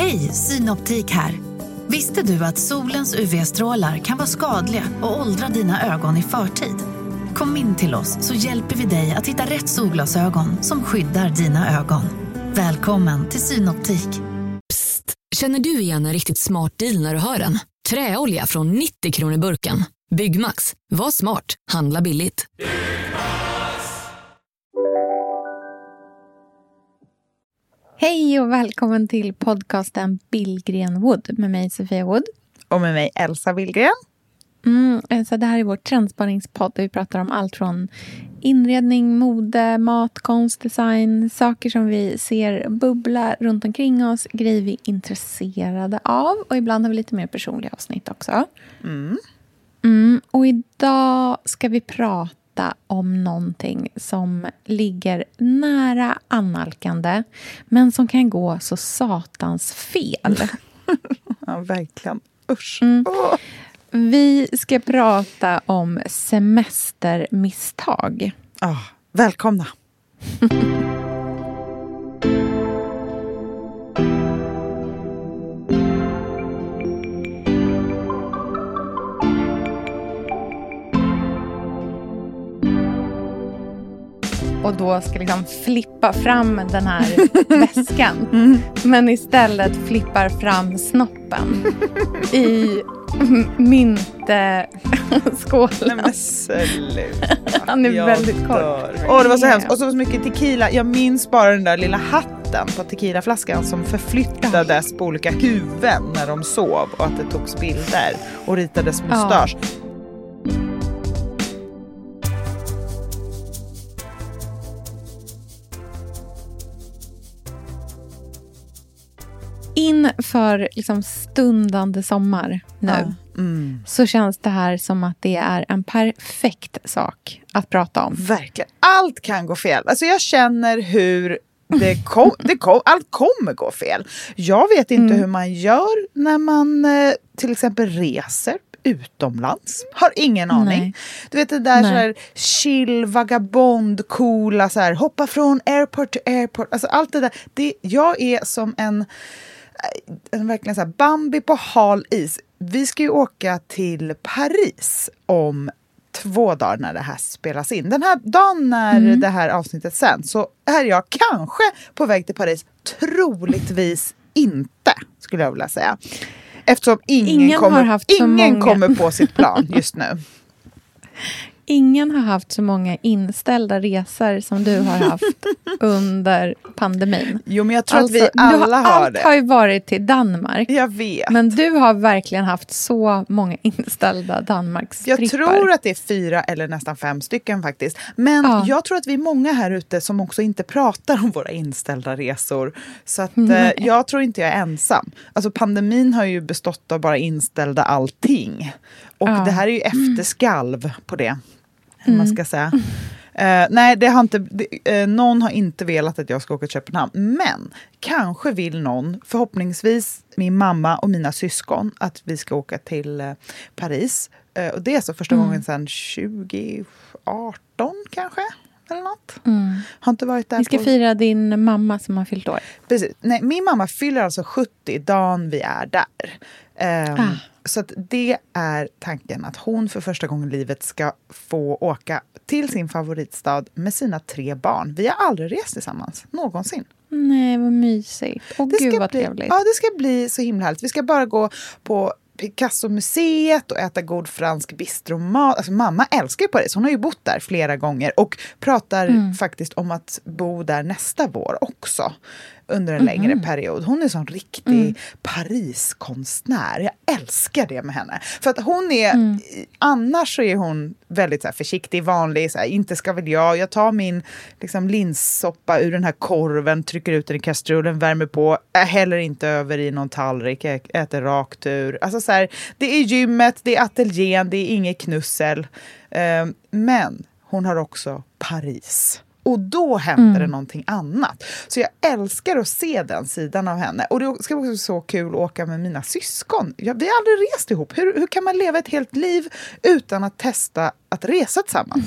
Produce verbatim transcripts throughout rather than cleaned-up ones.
Hej, Synoptik här. Visste du att solens U V-strålar kan vara skadliga och åldra dina ögon i förtid? Kom in till oss så hjälper vi dig att hitta rätt solglasögon som skyddar dina ögon. Välkommen till Synoptik. Psst, känner du igen en riktigt smart deal när du hör den? Träolja från nittio kronor burken. Byggmax, var smart, handla billigt. Hej och välkommen till podcasten Billgren Wood med mig Sofia Wood. Och med mig Elsa Billgren. Mm, så det här är vår trendspaningspodd där vi pratar om allt från inredning, mode, mat, konst, design, saker som vi ser bubbla runt omkring oss, grejer vi är intresserade av, och ibland har vi lite mer personliga avsnitt också. Mm. Mm, och idag ska vi prata om någonting som ligger nära annalkande men som kan gå så satans fel. Ja, verkligen. Usch. Mm. Oh. Vi ska prata om semestermisstag. Oh, välkomna. Och då ska liksom flippa fram den här väskan. Mm. Men istället flippar fram snoppen i myntskålen. Nej men sluta. Han är jag väldigt kort. Åh, det var så hemskt. Och så mycket tequila. Jag minns bara den där lilla hatten på tequilaflaskan som förflyttades på olika huvuden när de sov. Och att det togs bilder och ritades mustasch. Ja. Inför liksom stundande sommar nu Ja. Mm. så känns det här som att det är en perfekt sak att prata om. Verkligen. Allt kan gå fel. Alltså jag känner hur det kom, det kom, allt kommer gå fel. Jag vet inte mm. hur man gör när man eh, till exempel reser utomlands. Har ingen aning. Nej. Du vet det där så här chill, vagabond, coola så här, hoppa från airport till airport. Alltså allt det där. Det, jag är som en, en verkligen så här Bambi på hal is. Vi ska ju åka till Paris om två dagar när det här spelas in. Den här dagen när mm. det här avsnittet sänds så är jag kanske på väg till Paris. Troligtvis inte, skulle jag vilja säga. Eftersom ingen, ingen, kommer, har haft ingen många... kommer på sitt plan just nu. Ingen har haft så många inställda resor som du har haft under pandemin. Jo, men jag tror alltså, att vi alla har, har allt det. Allt har ju varit till Danmark. Jag vet. Men du har verkligen haft så många inställda Danmarkstrippar. Jag tror att det är fyra eller nästan fem stycken faktiskt. Men ja. jag tror att vi är många här ute som också inte pratar om våra inställda resor. Så att eh, jag tror inte jag är ensam. Alltså pandemin har ju bestått av bara inställda allting. Och ja. det här är ju efterskalv på det. Hur man ska säga. Uh, nej, det har inte, det, uh, någon har inte velat att jag ska åka till Köpenhamn. Men kanske vill någon, förhoppningsvis min mamma och mina syskon, att vi ska åka till uh, Paris. Uh, och det är så första mm. gången sedan tjugo arton kanske. Eller något. Mm. Har inte varit där. Vi ska på... fira din mamma som har fyllt år. Precis. Nej, min mamma fyller alltså sjuttio dagen vi är där. Um, ah. Så att det är tanken att hon för första gången i livet ska få åka till sin favoritstad med sina tre barn. Vi har aldrig rest tillsammans, någonsin. Nej, vad mysigt. Åh gud vad bli, trevligt. Ja, det ska bli så himla härligt. Vi ska bara gå på Picasso-museet och äta god fransk bistromat. Alltså mamma älskar ju Paris. Hon har ju bott där flera gånger och pratar mm. faktiskt om att bo där nästa vår också. Under en längre mm. period. Hon är en sån riktig mm. Paris-konstnär. Jag älskar det med henne. För att hon är, mm. annars så är hon väldigt så här, försiktig, vanlig. Så här, inte ska väl jag. Jag tar min liksom, linssoppa ur den här korven, trycker ut den i kastrullen, värmer på. Jag häller inte över i någon tallrik. Jag äter rakt ur. Alltså så här, det är gymmet, det är ateljén, det är inget knussel. Uh, men hon har också Paris. Och då händer mm. det någonting annat. Så jag älskar att se den sidan av henne. Och det ska också vara så kul att åka med mina syskon. Ja, vi har aldrig rest ihop. Hur, hur kan man leva ett helt liv utan att testa att resa tillsammans?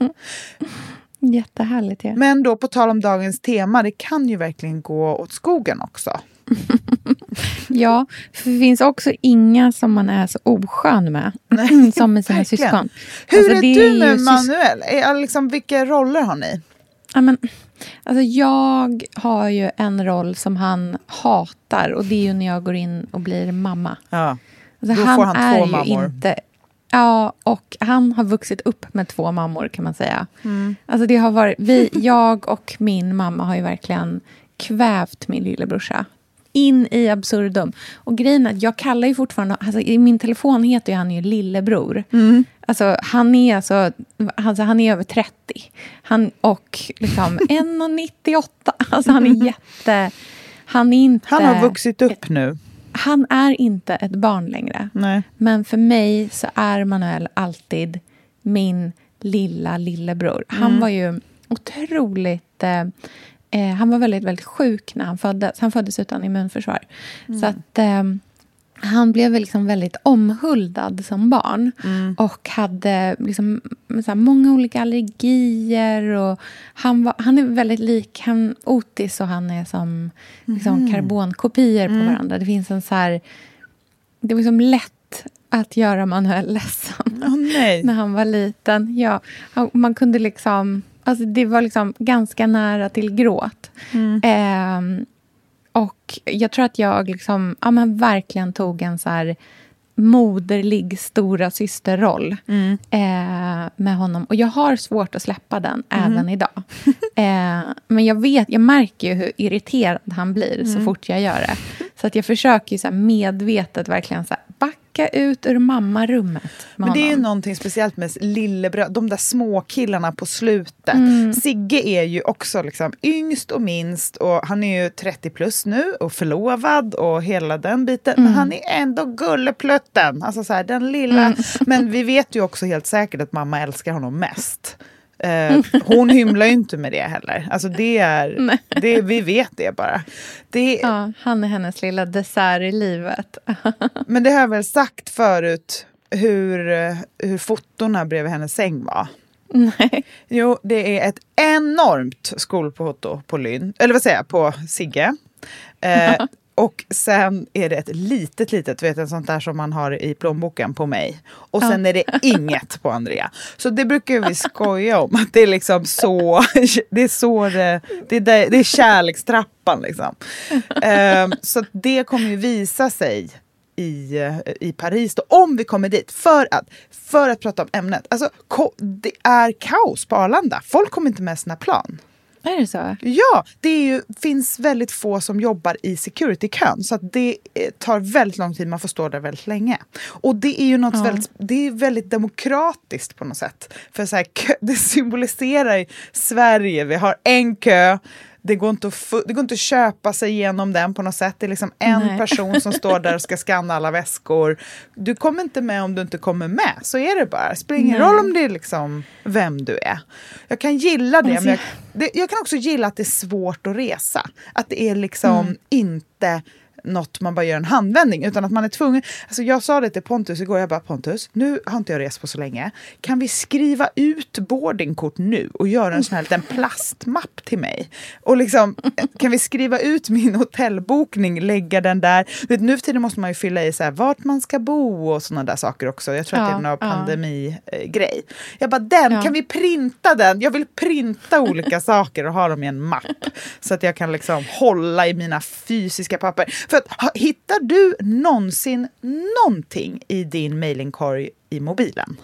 Jättehärligt, ja. Men då på tal om dagens tema, det kan ju verkligen gå åt skogen också. Ja, för det finns också inga som man är så oskön med. Nej, som med sina verkligen. syskon. Hur alltså, är det du är med sys- Manuel? Är, liksom, vilka roller har ni? Ja, men, alltså, jag har ju en roll som han hatar. Och det är ju när jag går in och blir mamma. Ja. Alltså, Då han får han är två ju mammor. Inte, ja, och han har vuxit upp med två mammor kan man säga. Mm. Alltså, det har varit, vi, jag och min mamma har ju verkligen kvävt min lillebrorsa. In i absurdum. Och grejen är att jag kallar ju fortfarande... Alltså, i min telefon heter ju han ju lillebror. Mm. Alltså, han är alltså, alltså... Han är över trettio. Han, och liksom en komma nittioåtta. Alltså, han är jätte... Han är inte... Han har vuxit upp nu. Han är inte ett barn längre. Nej. Men för mig så är Manuel alltid min lilla lillebror. Han Mm. var ju otroligt... Eh, Eh, han var väldigt, väldigt sjuk när han föddes. Han föddes utan immunförsvar. Mm. Så att eh, han blev liksom väldigt omhuldad som barn. Mm. Och hade liksom, så här, många olika allergier. Och han, var, han är väldigt lik han, Otis och han är som liksom, mm. karbonkopior på mm. varandra. Det finns en så här... Det var liksom lätt att göra Manuel ledsen. Oh, nej. När han var liten. Ja, man kunde liksom... Alltså det var liksom ganska nära till gråt. Mm. Eh, och jag tror att jag liksom, ja, men verkligen tog en så här moderlig stora systerroll mm. eh, med honom. Och jag har svårt att släppa den mm. även idag. Eh, men jag vet, jag märker ju hur irriterad han blir mm. så fort jag gör det. Så att jag försöker ju så här medvetet verkligen så här backa ut ur mammarummet. Men det är ju någonting speciellt med lillebröd, de där små killarna på slutet. Mm. Sigge är ju också liksom yngst och minst och han är ju trettio plus nu och förlovad och hela den biten. Mm. Men han är ändå gulleplutten. Alltså så här, den lilla. Mm. Men vi vet ju också helt säkert att mamma älskar honom mest. Uh, hon hymlar ju inte med det heller. Alltså det är, det, vi vet det bara. Det, ja, han är hennes lilla dessert i livet. Men det har jag väl sagt förut hur, hur fotorna bredvid hennes säng var. Nej. Jo, det är ett enormt skolfoto på Lynn. Eller vad säger jag, på Sigge. Uh, Och sen är det ett litet, litet, vet en sånt där som man har i plånboken på mig. Och sen ja. är det inget på Andrea. Så det brukar vi skoja om. Att det är liksom så, det är så det, det, är, det är kärlekstrappan liksom. Um, så det kommer ju visa sig i, i Paris då, om vi kommer dit. För att, för att prata om ämnet. Alltså, det är kaos på Arlanda. Folk kommer inte med sina plan. Är det så? Ja, det är ju, finns väldigt få som jobbar i security-kön. Så att det tar väldigt lång tid, man får stå där väldigt länge. Och det är ju något ja. väldigt, det är väldigt demokratiskt på något sätt. För så här, det symboliserar Sverige, vi har en kö. Det går, inte att, det går inte att köpa sig igenom den på något sätt. Det är liksom en Nej. person som står där och ska skanna alla väskor. Du kommer inte med om du inte kommer med. Så är det bara. Det spelar ingen Nej. roll om det är liksom vem du är. Jag kan gilla det, men jag, det, jag kan också gilla att det är svårt att resa. Att det är liksom mm. inte något man bara gör en handvändning, utan att man är tvungen. Alltså jag sa det till Pontus igår, jag bara Pontus, nu har inte jag rest på så länge. Kan vi skriva ut boardingkort nu och göra en sån här liten plastmapp till mig? Och liksom, kan vi skriva ut min hotellbokning, lägga den där. Vet, nu för tiden måste man ju fylla i så här, vart man ska bo och såna där saker också. Jag tror ja, att det är någon ja. pandemigrej. Jag bara, den, ja. kan vi printa den? Jag vill printa olika saker och ha dem i en mapp. Så att jag kan liksom hålla i mina fysiska papper. För att, hittar du någonsin någonting i din mailingkorg i mobilen?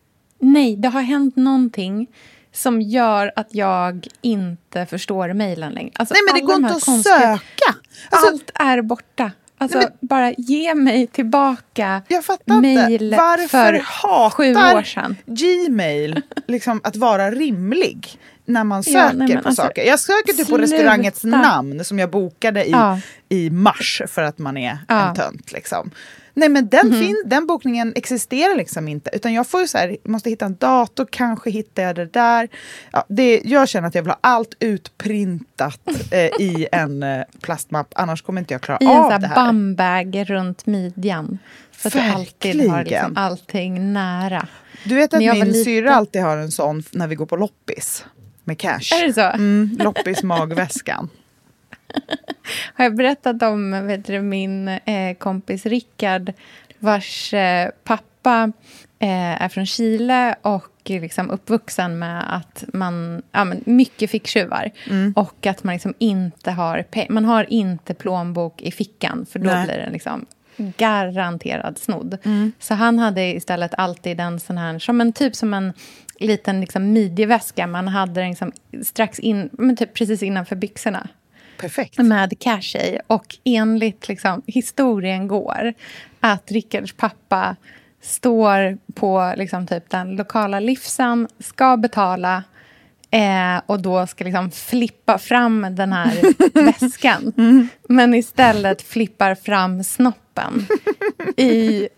Nej, det har hänt någonting som gör att jag inte förstår mejlen längre. Alltså, Nej, men det går inte att konstiga... söka. Alltså, allt är borta. Alltså, Nej, men... bara ge mig tillbaka mejl för sju år sedan. Gmail liksom att vara rimlig när man söker ja, nej, på alltså, saker. Jag söker typ på restaurangets namn som jag bokade i, ja. i mars för att man är ja. en tönt liksom. Nej, men den, mm-hmm. fin- den bokningen existerar liksom inte. Utan jag får ju så här, måste hitta en dator, kanske hittar jag det där. Ja, det, jag känner att jag vill ha allt utprintat eh, i en eh, plastmapp. Annars kommer inte jag klara I av en det här. I en bambag runt midjan. Så att du alltid har liksom allting nära. Du vet att min lite... syra alltid har en sån när vi går på loppis. Med cash. Är det så? Mm, loppis magväskan. Har jag berättat om vet du, min eh, kompis Rickard vars eh, pappa eh, är från Chile och liksom uppvuxen med att man ja, men mycket ficktjuvar mm. och att man liksom inte har pe- man har inte plånbok i fickan för då Nej. Blir den liksom garanterad snodd. Mm. Så han hade istället alltid en sån här som en typ som en liten liksom midjeväska. Man hade den liksom strax in men typ precis innanför byxorna. Perfekt. Med cash i. Och enligt liksom, historien går att Rickards pappa står på liksom, typ, den lokala livsan, ska betala eh, och då ska liksom, flippa fram den här väskan. Mm. Men istället flippar fram snoppen i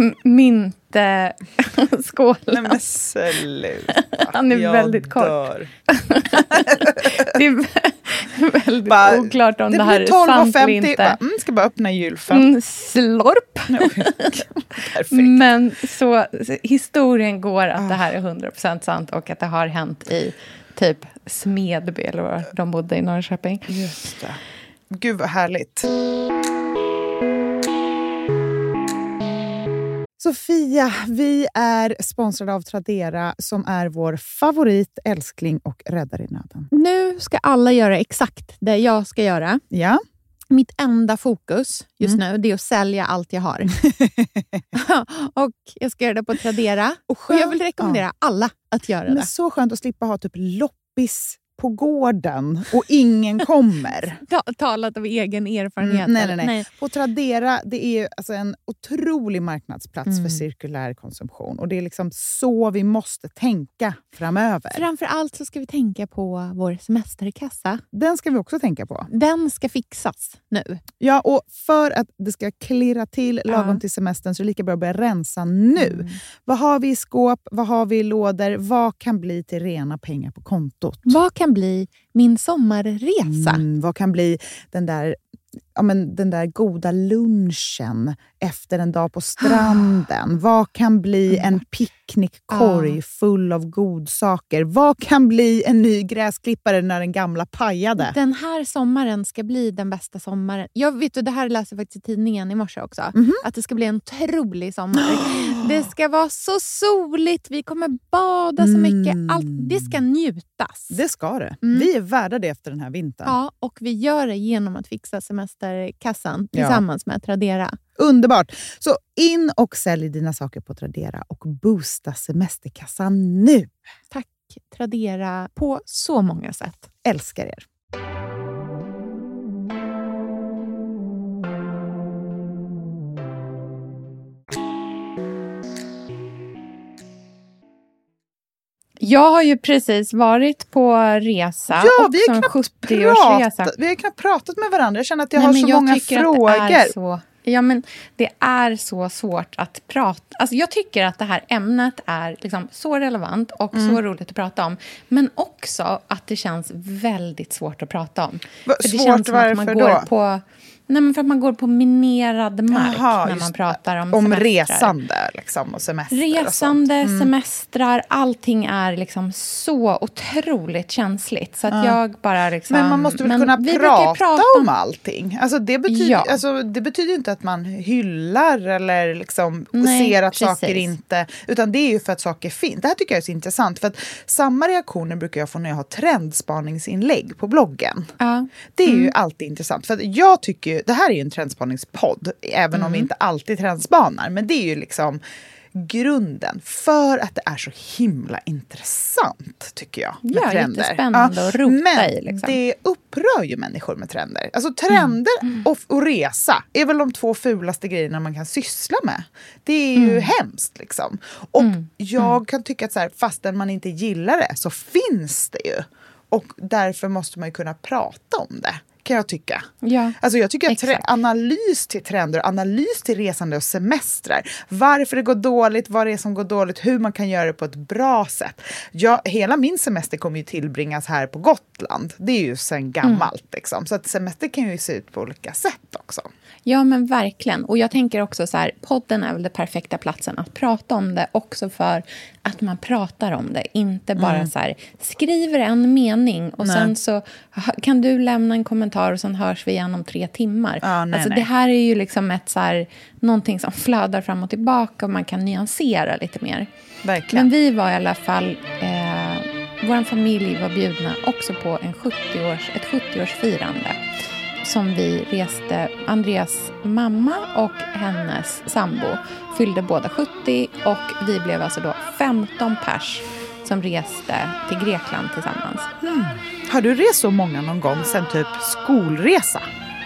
myntskålen. Nej men sluta. Han är jag väldigt kort. Dör. Det är väldigt bara, oklart om det, det här är sant eller inte. Bara, mm, ska bara öppna julfen. Mm, slorp. Men så, så historien går att oh. det här är hundra procent sant och att det har hänt i typ Smedby eller var de bodde i Norrköping. Just det. Gud vad härligt. Sofia, vi är sponsrade av Tradera som är vår favorit, älskling och räddare i nöden. Nu ska alla göra exakt det jag ska göra. Ja. Mitt enda fokus just mm. nu det är att sälja allt jag har. Och jag ska göra det på Tradera. Och, skönt, och jag vill rekommendera ja. alla att göra det. Men så skönt att slippa ha typ loppis på gården och ingen kommer. Talat av egen erfarenhet. Mm, nej, nej, nej, nej. På Tradera, det är alltså en otrolig marknadsplats mm. för cirkulär konsumtion. Och det är liksom så vi måste tänka framöver. Framförallt så ska vi tänka på vår semesterkassa. Den ska vi också tänka på. Den ska fixas nu. Ja, och för att det ska klirra till lagom ja. till semestern så är det lika bra att börja rensa nu. Mm. Vad har vi i skåp? Vad har vi i lådor? Vad kan bli till rena pengar på kontot? Vad kan bli min sommarresa? Mm, vad kan bli den där, ja, men den där goda lunchen efter en dag på stranden? Ah. Vad kan bli en picknickkorg ah. full av godsaker? Vad kan bli en ny gräsklippare när den gamla pajade? Den här sommaren ska bli den bästa sommaren. Jag vet, och det här läser jag faktiskt i tidningen i morse också. Mm-hmm. Att det ska bli en otrolig sommar. Oh. Det ska vara så soligt. Vi kommer bada så mycket. Mm. Allt, det ska njutas. Det ska det. Mm. Vi är värda det efter den här vintern. Ja, och vi gör det genom att fixa semesterkassan tillsammans ja. med Tradera. Underbart! Så in och sälj dina saker på Tradera och boosta semesterkassan nu. Tack Tradera på så många sätt. Älskar er. Jag har ju precis varit på resa. Ja, vi har, knappt pratat, vi har knappt pratat med varandra. Jag känner att jag Nej, har så jag många frågor. Så, ja, men det är så svårt att prata. Alltså, jag tycker att det här ämnet är liksom så relevant och mm. så roligt att prata om. Men också att det känns väldigt svårt att prata om. Va, För det svårt känns som varför att man då? går på... Nej, men för att man går på minerad mark Aha, när man pratar om Om semestrar. resande liksom, och semestrar Resande, och mm. semestrar, allting är liksom så otroligt känsligt. Så att ja. jag bara liksom... Men man måste väl men kunna vi prata, prata om allting. Alltså det, betyder, ja. alltså det betyder inte att man hyllar eller liksom Nej, ser att precis. saker inte... Utan det är ju för att saker är fint. Det här tycker jag är så intressant. För att samma reaktioner brukar jag få när jag har trendspaningsinlägg på bloggen. Ja. Det är mm. ju alltid intressant. För att jag tycker ju... Det här är ju en trendspaningspodd. Även mm. om vi inte alltid trendspanar. Men det är ju liksom... grunden för att det är så himla intressant tycker jag med ja, trender. Jättespännande ja, att rota men i. Liksom. Det upprör ju människor med trender. Alltså trender mm. och, och resa är väl de två fulaste grejerna man kan syssla med. Det är ju mm. hemskt liksom. Och mm. jag mm. kan tycka att så här, fastän man inte gillar det så finns det ju. Och därför måste man ju kunna prata om det. Kan jag tycka. Ja, alltså jag tycker att tre- analys till trender, analys till resande och semestrar. Varför det går dåligt, vad det är som går dåligt, hur man kan göra det på ett bra sätt. Jag, hela min semester kommer ju tillbringas här på Gotland. Det är ju sen gammalt mm. liksom. Så att semester kan ju se ut på olika sätt också. Ja, men verkligen. Och jag tänker också så här, podden är väl den perfekta platsen att prata om det också för att man pratar om det. Inte bara Mm. så här, skriver en mening och Nej. sen så kan du lämna en kommentar och sen hörs vi igen om tre timmar. Ja, nej, alltså, nej. det här är ju liksom ett så här, någonting som flödar fram och tillbaka och man kan nyansera lite mer. Verkligen. Men vi var i alla fall, eh, vår familj var bjudna också på en sjuttio-års, ett sjuttio-årsfirande. Som vi reste, Andreas mamma och hennes sambo fyllde båda sjuttio och vi blev alltså då femton pers som reste till Grekland tillsammans. Mm. Har du rest så många någon gång sen typ skolresa?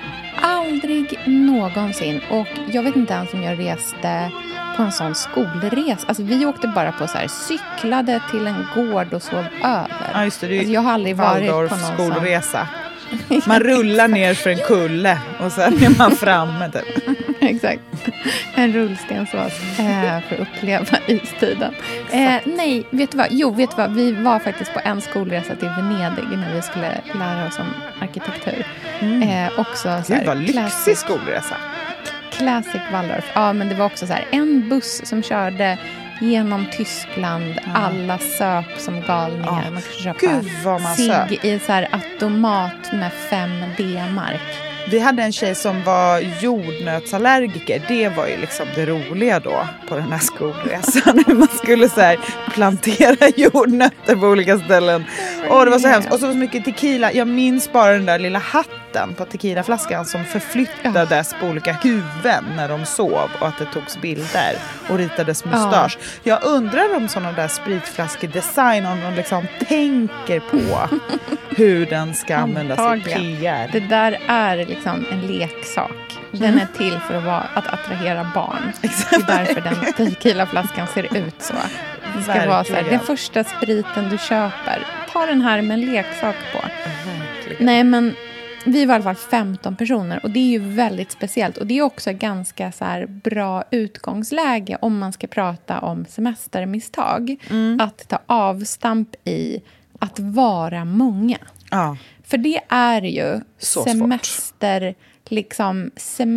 Aldrig någonsin. Och jag vet inte ens om jag reste på en sån skolresa. Alltså vi åkte bara på så här, cyklade till en gård och sov över. Ja, just det. Det är alltså, jag har aldrig varit på Waldorf någon skolresa. Man rullar ner för en kulle och sen är man framme typ. Exakt. En rullstensvas eh, för att uppleva istiden. Eh, nej, vet du vad? Jo, vet du vad? Vi var faktiskt på en skolresa till Venedig när vi skulle lära oss om arkitektur. Mm. Eh, också så Gud, här, vad lyxig classic, skolresa. classic Waldorf. Ja, men det var också så här, en buss som körde genom Tyskland. Ja. Alla söp som galningar. Ja. Man kunde köpa Gud, vad man söp. cigg i så här automat med fem D-mark. Vi hade en tjej som var jordnötsallergiker. Det var ju liksom det roliga då på den här skolresan. Man skulle så här plantera jordnötter på olika ställen. Och det var så hemskt. Och så mycket tequila. Jag minns bara den där lilla hatten på tequilaflaskan som förflyttades på olika huvuden när de sov. Och att det togs bilder och ritades mustasch. Jag undrar om sådana där spritflaskedesign, om de liksom tänker på hur den ska användas i Antagligen. P R. Det där är liksom en leksak. Den är till för att, vara, att attrahera barn. Det är därför den tequilaflaskan ser ut så. Det ska vara så här, den första spriten du köper, ta den här med en leksak på. Verkligen. Nej, men vi var i alla fall femton personer och det är ju väldigt speciellt. Och det är också ett ganska så här bra utgångsläge om man ska prata om semestermisstag. Mm. Att ta avstamp i att vara många. Ja. För det är ju Så semester, liksom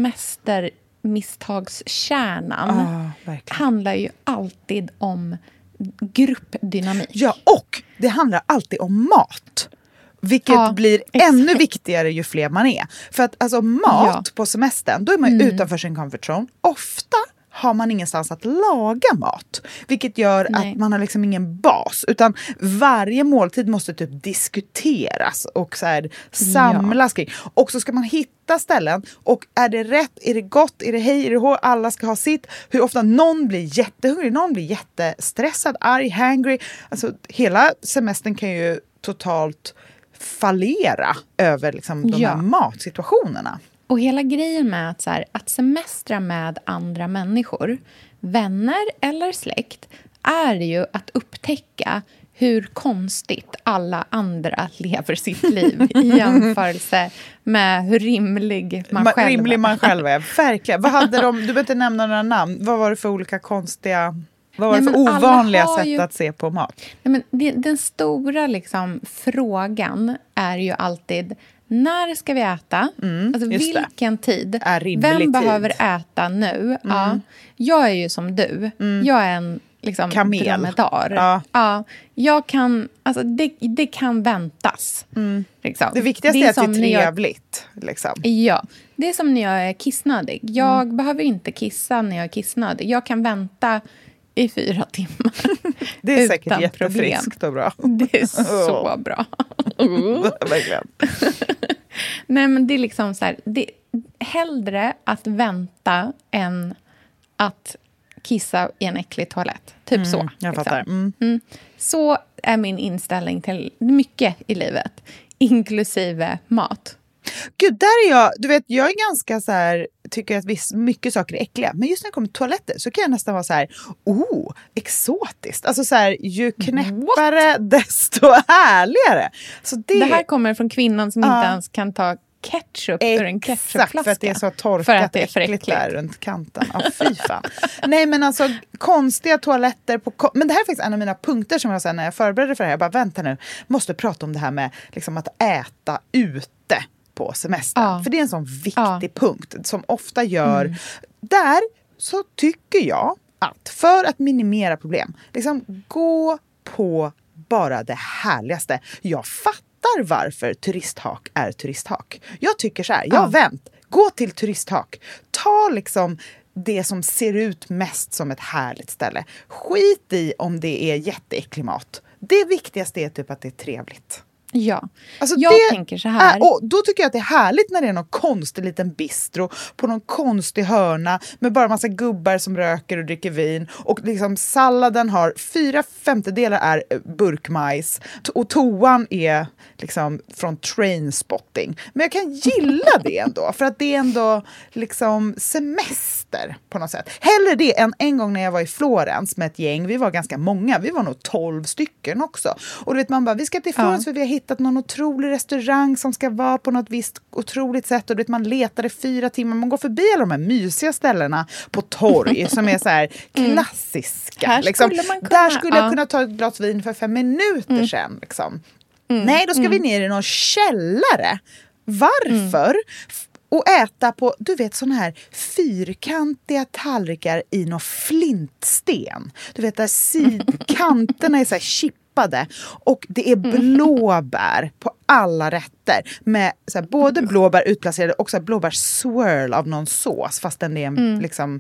semestermisstagskärnan. Ah, verkligen. Handlar ju alltid om gruppdynamik. Ja, och det handlar alltid om mat. Vilket Ja, blir exakt. ännu viktigare ju fler man är. För att alltså mat Ja. på semestern, då är man ju Mm. utanför sin comfort zone. Ofta har man ingenstans att laga mat. Vilket gör Nej. att man har liksom ingen bas. Utan varje måltid måste typ diskuteras och så här samlas kring. Och så ska man hitta ställen. Och är det rätt? Är det gott? Är det hej? Är det hår? Alla ska ha sitt. Hur ofta någon blir jättehungrig. Någon blir jättestressad, arg, hangry. Alltså hela semestern kan ju totalt fallera över liksom de Ja. här matsituationerna. Och hela grejen med att, så här, att semestra med andra människor, vänner eller släkt, är ju att upptäcka hur konstigt alla andra lever sitt liv i jämförelse med hur rimlig man Ma- själv rimlig är. man själv är. Verkligen. Vad hade de, du behöver inte nämna några namn. Vad var det för olika konstiga, vad var Nej, det för men alla ovanliga har sätt ju- att se på mat? Nej, men det, den stora liksom, frågan är ju alltid, när ska vi äta? Mm, alltså, just det. vilken tid? Är rimlig Vem tid. behöver äta nu? Ja. Jag är ju som du. Jag är en liksom, Kamel. dromedar. Ja. Ja, jag kan, alltså, det, det kan väntas. Liksom. Det viktigaste är, är att det som är när jag- trevligt. Liksom. Ja, det är som när jag är kissnödig. Jag behöver inte kissa när jag är kissnödig. Jag kan vänta i fyra timmar. Det är säkert utan jättefriskt och bra. Det är så bra. Verkligen. Nej, men det är liksom så här, det, hellre att vänta än att kissa i en äcklig toalett. Typ så. Jag liksom. fattar. Mm. Mm. Så är min inställning till mycket i livet, inklusive mat. Gud, där är jag, du vet, jag är ganska så här, tycker att viss, mycket saker är äckliga. Men just när det kommer till toaletter så kan jag nästan vara så här, oh, exotiskt. Alltså så här, ju knäppare, What? desto härligare. Så det, Det här kommer från kvinnan som Ja. inte ens kan ta ketchup ur en Exakt, ketchupflaska. för att det är så torkat För att det är för äckligt äckligt. där runt kanten. Ja, fy fan. Nej, men alltså konstiga toaletter på... Ko- men det här är faktiskt en av mina punkter som jag sa när jag förberedde för det här. Jag bara, vänta nu, måste prata om det här med liksom, att äta ute på semestern. Ja. För det är en sån viktig Ja. punkt som ofta gör... Där så tycker jag att för att minimera problem, liksom gå på bara det härligaste. Jag fattar varför turisthak är turisthak. Jag tycker så här, jag har ja. vänt. Gå till turisthak. Ta liksom det som ser ut mest som ett härligt ställe. Skit i om det är jätteäcklig mat. Det viktigaste är typ att det är trevligt. Ja, alltså jag det tänker så här. Är, och då tycker jag att det är härligt när det är någon konstig liten bistro på någon konstig hörna med bara massa gubbar som röker och dricker vin. Och liksom salladen har fyra femtedelar är burkmajs och toan är liksom från Trainspotting. Men jag kan gilla det ändå för att det är ändå liksom semester på något sätt. Hellre det än en gång när jag var i Florens med ett gäng. Vi var ganska många, vi var nog tolv stycken också. Och du vet man bara, vi ska till Florens ja. för vi har hittat att någon otrolig restaurang som ska vara på något visst otroligt sätt och vet, man letar i fyra timmar, man går förbi alla de här mysiga ställena på torg som är så här klassiska. Mm. Liksom. Skulle man kunna, där skulle jag ja. kunna ta ett glas vin för fem minuter mm. sedan. Liksom. Mm. Nej, då ska mm. vi ner i någon källare. Varför? Mm. Och äta på, du vet, såna här fyrkantiga tallrikar i någon flintsten. Du vet, där sidkanterna är så här chippade. Och det är blåbär på alla rätter. Med så här, både blåbär utplacerade och så här blåbär swirl av någon sås. Fast den är en mm. liksom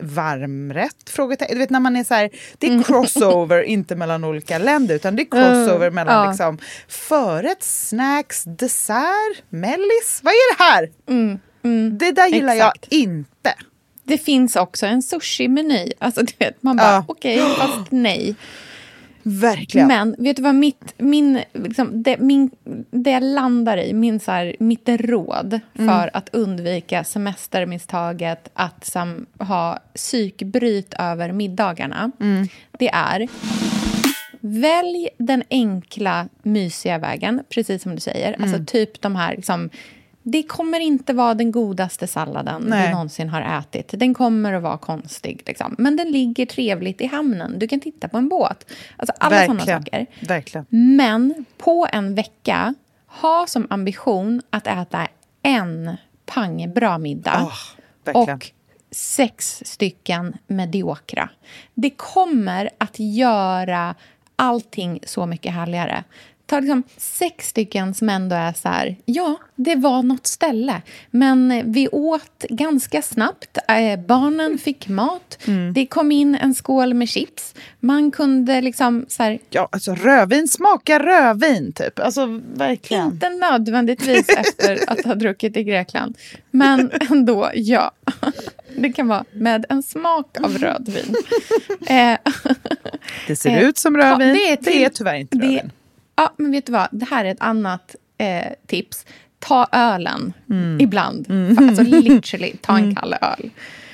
varmrätt. Frågetecken. Du vet när man är så här, det är crossover inte mellan olika länder utan det är crossover mm. mellan ja. liksom förrätt, snacks, dessert, mellis. Vad är det här? Mm. Mm. Det där gillar Exakt. jag inte. Det finns också en sushi-meny. Alltså du vet, man bara ja. okej, okay, fast nej. Verkligen. Men vet du vad mitt, min, liksom, det, min, det jag landar i, min, så här, mitt råd för mm. att undvika semestermisstaget att sam, ha psykbryt över middagarna, mm. det är välj den enkla, mysiga vägen, precis som du säger. Mm. Alltså typ de här liksom, det kommer inte vara den godaste salladen Nej. du någonsin har ätit. Den kommer att vara konstig. Liksom. Men den ligger trevligt i hamnen. Du kan titta på en båt. Alltså alla sådana saker. Verkligen. Men på en vecka, ha som ambition att äta en pangbra middag. Oh, och sex stycken mediokra. Det kommer att göra allting så mycket härligare. Ta liksom sex stycken som ändå är så här, ja, det var något ställe. Men vi åt ganska snabbt. Eh, barnen fick mat. Mm. Det kom in en skål med chips. Man kunde liksom så här... Ja, alltså rödvin smakar rödvin typ. Alltså verkligen. Inte nödvändigtvis efter att ha druckit i Grekland. Men ändå, ja. Det kan vara med en smak av rödvin. eh, det ser ut som rödvin. Ja, det, är till, det är tyvärr inte rödvin. Det, Ja, men vet du vad? Det här är ett annat eh, tips. Ta ölen mm. ibland. Mm. Alltså literally, ta en kall öl.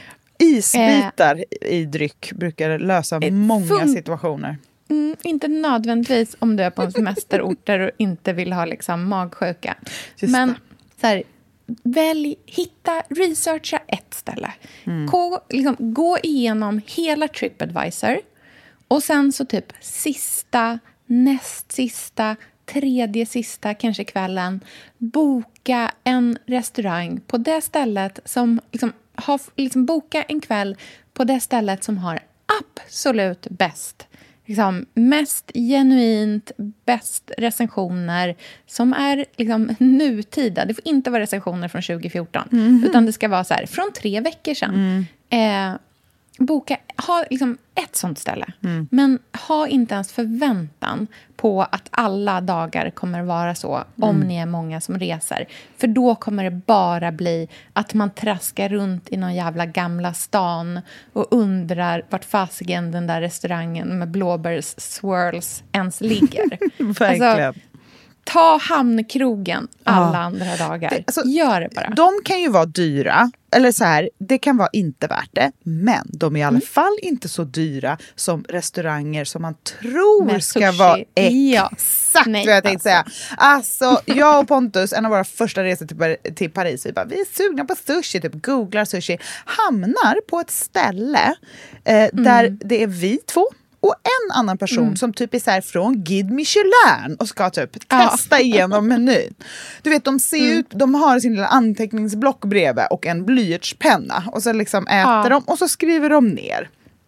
Isbitar eh, i dryck brukar lösa många fun- situationer. Mm, inte nödvändigtvis om du är på en semesterort där du inte vill ha liksom, magsjuka. Just men det. Så här, välj, hitta, researcha ett ställe. Mm. Gå, liksom, gå igenom hela TripAdvisor. Och sen så typ sista... näst sista, tredje sista, kanske kvällen, boka en restaurang på det stället som liksom, har, liksom boka en kväll på det stället som har absolut bäst, liksom, mest genuint, bäst recensioner som är liksom nutida. Det får inte vara recensioner från tjugo fjorton mm-hmm. utan det ska vara så här från tre veckor sedan. Mm. Eh, boka, ha liksom ett sånt ställe. Mm. Men ha inte ens förväntan på att alla dagar kommer vara så om mm. ni är många som reser. För då kommer det bara bli att man traskar runt i någon jävla gamla stan och undrar vart fasigen den där restaurangen med blåbärs swirls ens ligger. Verkligen. Alltså, ta hamnkrogen alla ja. andra dagar. Det, alltså, Gör det bara. De kan ju vara dyra. Eller så här, det kan vara inte värt det. Men de är i alla mm. fall inte så dyra som restauranger som man tror med ska sushi. Vara exakt Nej, vad jag tänkte alltså. säga. Alltså, jag och Pontus, en av våra första resor till, till Paris, vi bara, vi är sugna på sushi, typ googlar sushi. Hamnar på ett ställe eh, där mm. det är vi två. Och en annan person mm. som typ är så här från Guide Michelin och ska typ testa ja. igenom menyn. Du vet, de ser mm. ut, de har sin lilla anteckningsblock bredvid och en blyertspenna. Och så liksom äter ja. de och så skriver de ner.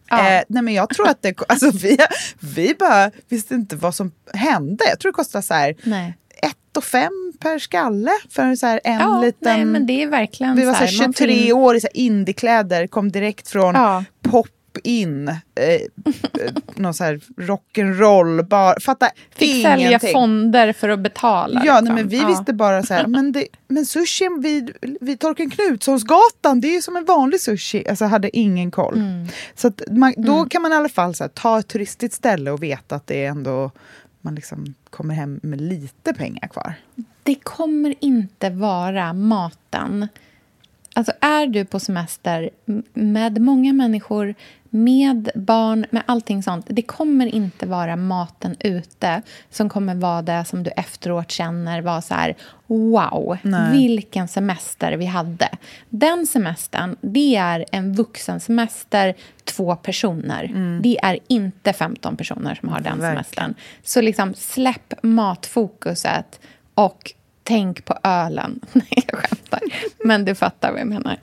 Ja. Eh, nej men jag tror att det, alltså vi, vi bara visste inte vad som hände. Jag tror det kostar så här Nej. ett och fem per skalle för så här en Ja, liten... nej, men det är verkligen vi var så här, så här, tjugotre år i så här indiekläder, kom direkt från Ja. pop in, eh, någon så här rock'n'roll, bara, fatta Fick ingenting. sälja fonder för att betala. Ja, liksom. nej, men vi ja. visste bara så här, men, det, men sushi vid, vid Torken Knutssonsgatan, det är ju som en vanlig sushi. Alltså hade ingen koll. Mm. Så att man, då mm. kan man i alla fall så här, ta ett turistigt ställe och veta att det är ändå, man liksom kommer hem med lite pengar kvar. Det kommer inte vara maten. Alltså är du på semester med många människor, med barn, med allting sånt. Det kommer inte vara maten ute som kommer vara det som du efteråt känner var så här, wow, Nej. vilken semester vi hade. Den semestern, det är en vuxen semester, två personer. Mm. Det är inte femton personer som har den Verkligen. semestern. Så liksom släpp matfokuset och tänk på ölen. Nej, jag skämtar. Men du fattar vad jag menar.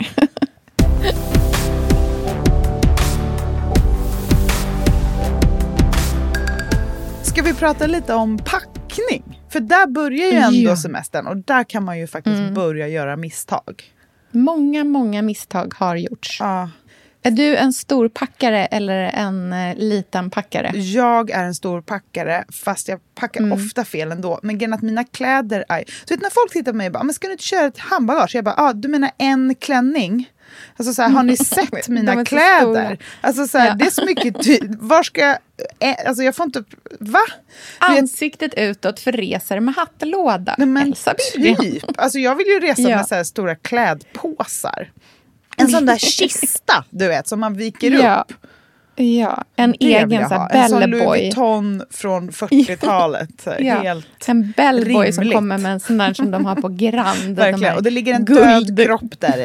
Ska vi prata lite om packning? För där börjar ju ändå ja. semestern. Och där kan man ju faktiskt mm. börja göra misstag. Många, många misstag har gjorts. Ja. Är du en stor packare eller en eh, liten packare? Jag är en stor packare, fast jag packar mm. ofta fel ändå. Men grejen att mina kläder är... Så vet, när folk tittar på mig och bara, men ska du inte köra ett handbagage? Jag bara, ah, du menar en klänning? Alltså så här, har ni sett mina kläder? Alltså så här, ja. det är så mycket... Ty- var ska jag... Alltså jag får inte... Va? Ansiktet utåt för resor med hattlåda. Nej, men typ. Alltså jag vill ju resa ja. med så här stora klädpåsar. En sån där kista, du vet, som man viker ja. upp. Ja, en det egen så här bellboy. En sån Louis Vuitton från fyrtiotalet. ja. Helt en bellboy rimligt. Som kommer med en sån där som de har på Grand. Verkligen, de och det ligger en guld. död kropp där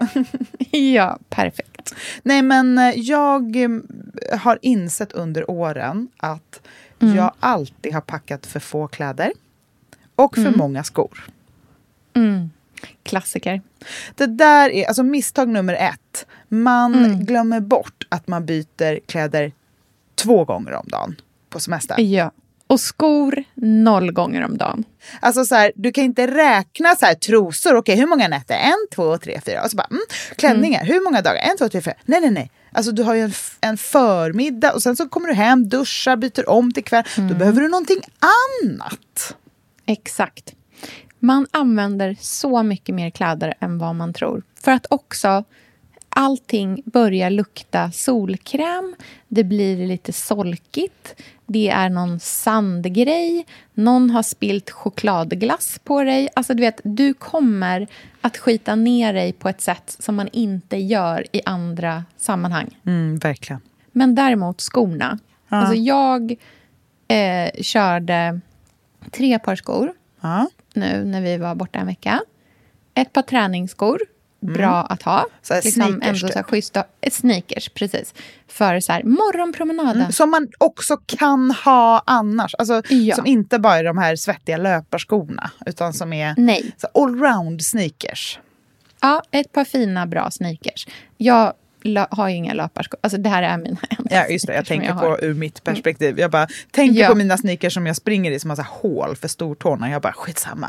i. Ja, perfekt. Nej, men jag har insett under åren att mm. jag alltid har packat för få kläder. Och för mm. många skor. Mm. Klassiker. Det där är alltså misstag nummer ett. Man mm. glömmer bort att man byter kläder två gånger om dagen på semester. Ja. Och skor noll gånger om dagen. Alltså så här, du kan inte räkna så här trosor. Okej, hur många nätter? En, två, tre, fyra. Och så bara, mm, klänningar. Mm. Hur många dagar? En, två, tre, fyra. Nej, nej, nej. Alltså du har ju en, en förmiddag och sen så kommer du hem, duschar, byter om till kväll. Mm. Då behöver du någonting annat. Exakt. Man använder så mycket mer kläder än vad man tror. För att också allting börjar lukta solkräm. Det blir lite solkigt. Det är någon sandgrej. Någon har spilt chokladglass på dig. Alltså du vet, du kommer att skita ner dig på ett sätt som man inte gör i andra sammanhang. Mm, verkligen. Men däremot skorna. Ja. Alltså jag eh, körde tre par skor. Ja. Nu när vi var borta en vecka. Ett par träningsskor. Bra mm. att ha. Så liksom sneakers, ändå så här schysst. Sneakers, precis. För så här morgonpromenaden. Mm. Som man också kan ha annars. Alltså, ja. Som inte bara är de här svettiga löparskorna. Utan som är Nej. Så allround sneakers. Ja, ett par fina, bra sneakers. Jag lö- har ju inga löparskor. Alltså det här är mina enda Ja, just det. Jag tänker jag på ur mitt perspektiv. Jag bara tänker ja. på mina sneakers som jag springer i som har så här hål för stortårna. Jag bara, skitsamma.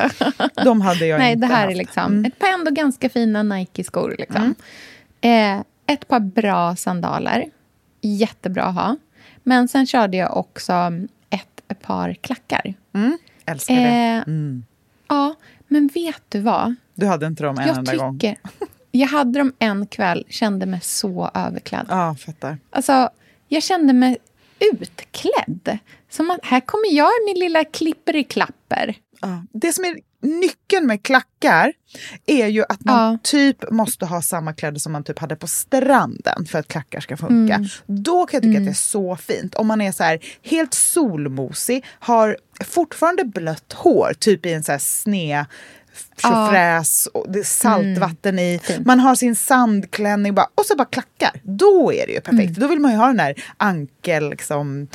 De hade jag Nej, inte det här haft. är liksom mm. ett par ändå ganska fina Nike-skor. Liksom. Mm. Eh, ett par bra sandaler. Jättebra att ha. Men sen körde jag också ett, ett par klackar. Mm. Älskar det. Eh, mm. Ja, men vet du vad? Du hade inte dem en jag enda tycker, gång. Jag hade dem en kväll, kände mig så överklädd. Ja, fattar. Alltså, jag kände mig utklädd. Som att här kommer jag i min lilla klipper-i-klapper. Ja. Det som är nyckeln med klackar är ju att man ja. typ måste ha samma kläder som man typ hade på stranden för att klackar ska funka. Mm. Då kan jag tycka mm. att det är så fint. Om man är så här helt solmosig, har fortfarande blött hår, typ i en så här sned tjofräs och det är saltvatten i. Fint. Man har sin sandklänning bara, och så bara klackar. Då är det ju perfekt. Mm. Då vill man ju ha den där ankel liksom,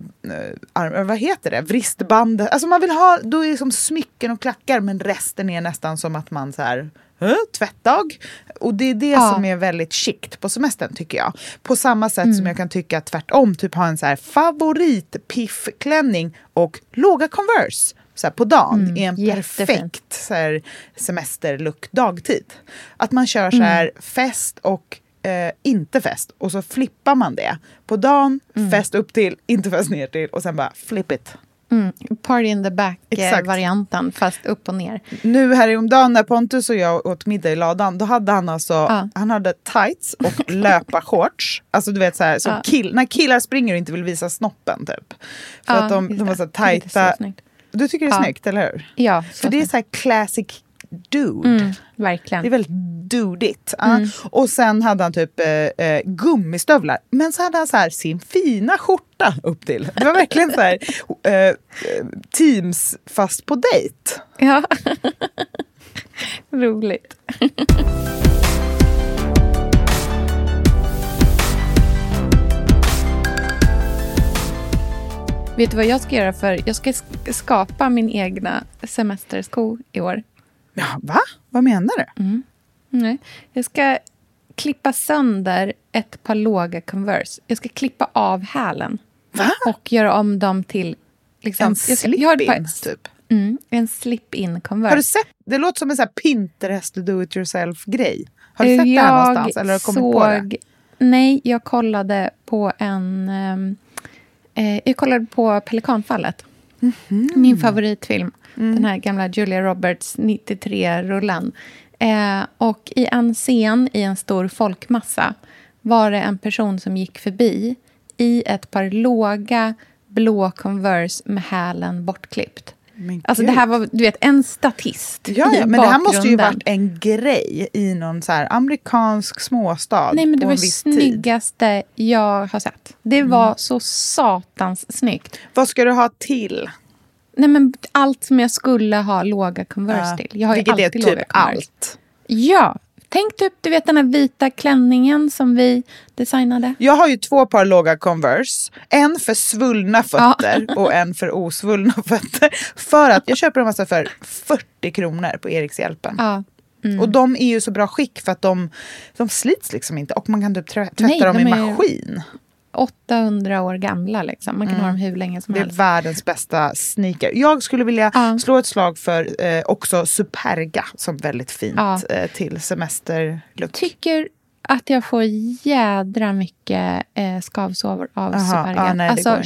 uh, vad heter det? Vristbandet. Alltså man vill ha, då är det som smycken och klackar, men resten är nästan som att man så här äh, tvättdag. Och det är det ja. som är väldigt chict på semestern tycker jag. På samma sätt mm. som jag kan tycka tvärtom. Typ ha en så här favorit piffklänning och låga Converse. Så här, på dagen mm, är en perfekt så här, semesterlook dagtid. Att man kör så här mm. fest och eh, inte fest. Och så flippar man det. På dagen, mm. fest upp till, inte fest ner till. Och sen bara flip it. Mm. Party in the back-varianten, fast upp och ner. Nu här i omdagen när Pontus och jag åt middag i ladan, då hade han alltså, ja. han hade tights och löparshorts. Alltså du vet så här, som ja. kill, när killar springer och inte vill visa snoppen typ. För ja, att de, de var så tajta. Du tycker det är ja. snyggt, eller hur? Ja. För det är så här classic dude. Mm, verkligen. Det är väldigt dudigt. Mm. Uh. Och sen hade han typ eh, eh, gummistövlar. Men så hade han så här sin fina skjorta upp till. Det var verkligen så här eh, Teams fast på dejt. Ja. Roligt. Vet du vad jag ska göra för? Jag ska skapa min egna semestersko i år. Ja, va? Vad menar du? Mm. Nej. Jag ska klippa sönder ett par låga Converse. Jag ska klippa av hälen. Va? Och göra om dem till... Liksom, en slip-in, typ? Mm, en slip-in Converse. Har du sett? Det låter som en sån här Pinterest do-it-yourself-grej. Har du sett jag det här någonstans? Eller har du kommit såg, på det? Nej, jag kollade på en... Um, eh, jag kollade på Pelikanfallet. Mm-hmm. Min favoritfilm. Mm. Den här gamla Julia Roberts nittiotre-rullen. Eh, och i en scen i en stor folkmassa var det en person som gick förbi i ett par låga blå Converse med hälen bortklippt. Alltså det här var, du vet, en statist. Ja, ja, men det här måste ju varit en grej i någon så här amerikansk småstad. Nej, men det var det snyggaste tid. jag har sett. Det var mm. så satans snyggt. Vad ska du ha till? Nej, men allt som jag skulle ha låga Converse uh, till. Jag har ju alltid är typ låga Converse. Allt. Ja, tänk typ, du vet den här vita klänningen som vi designade. Jag har ju två par låga Converse. En för svullna fötter ja. och en för osvullna fötter. För att jag köper dem alltså för fyrtio kronor på Erikshjälpen. Ja. Mm. Och de är ju så bra skick för att de, de slits liksom inte. Och man kan typ tvätta Nej, dem de i maskin. åttahundra år gamla liksom. Man kan mm. ha dem hur länge som helst. Det är helst. världens bästa sneaker. Jag skulle vilja ja. slå ett slag för eh, också Superga som väldigt fint ja. eh, till semesterlook. Jag tycker att jag får jädra mycket eh, skavsår av Aha, Superga. Ah, nej, alltså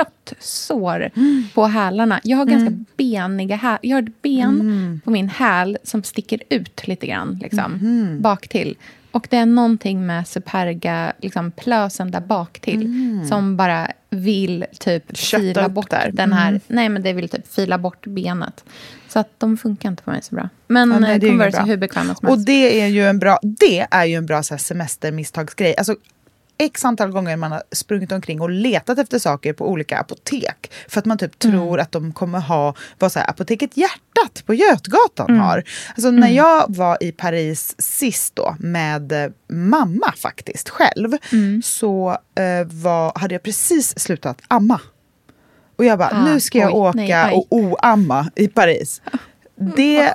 köttsår mm. på hälarna. Jag har mm. ganska beniga häl. Jag har ett ben mm. på min häl som sticker ut lite grann liksom, mm. bak till. Och det är någonting med Superga liksom, plösen där bak till mm. som bara vill typ Kötta fila bort där. den här. Mm. Nej, men det vill typ fila bort benet. Så att de funkar inte på mig så bra. Men ja, nej, Converse är hur bekväma som helst. Och det är ju en bra, det är ju en bra så här, semestermisstagsgrej. Alltså x antal gånger man har sprungit omkring och letat efter saker på olika apotek. För att man typ mm. tror att de kommer ha vad så här, apoteket Hjärtat på Götgatan mm. har. Alltså mm. när jag var i Paris sist då med mamma faktiskt själv mm. så eh, var, hade jag precis slutat amma. Och jag bara, ah, nu ska jag oj, åka nej, och oamma i Paris. Det,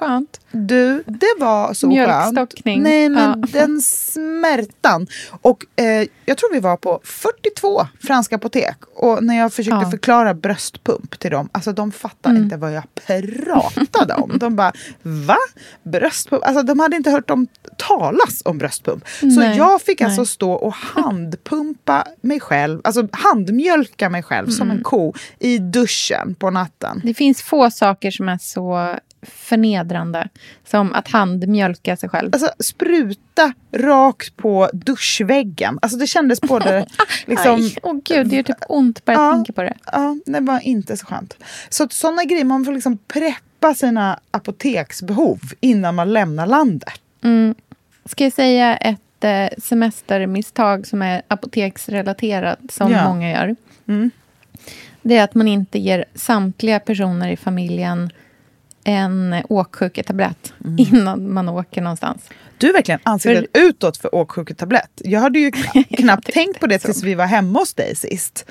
du, det var så skönt. Nej, men ja. den smärtan. Och eh, jag tror vi var på fyrtiotvå franska apotek. Och när jag försökte ja. förklara bröstpump till dem, alltså de fattade mm. inte vad jag pratade om. De bara, va? Bröstpump? Alltså de hade inte hört om talas om bröstpump. Så nej, jag fick nej. alltså stå och handpumpa mig själv, alltså handmjölka mig själv mm. som en ko i duschen på natten. Det finns få saker som är så förnedrande som att handmjölka sig själv. Alltså spruta rakt på duschväggen. Alltså det kändes både liksom... Åh oh, gud, det gör typ ont bara att ja, tänka på det. Ja, det var inte så skönt. Så sådana grejer, man får liksom preppa sina apoteksbehov innan man lämnar landet. Mm. Ska jag säga ett eh, semestermisstag som är apoteksrelaterat som ja. många gör? Mm. Det är att man inte ger samtliga personer i familjen en åksjuketablett mm. innan man åker någonstans. Du är verkligen ansiktet för... utåt för åksjuketablett. Jag hade ju knappt tänkt på det tills vi var hemma hos dig sist.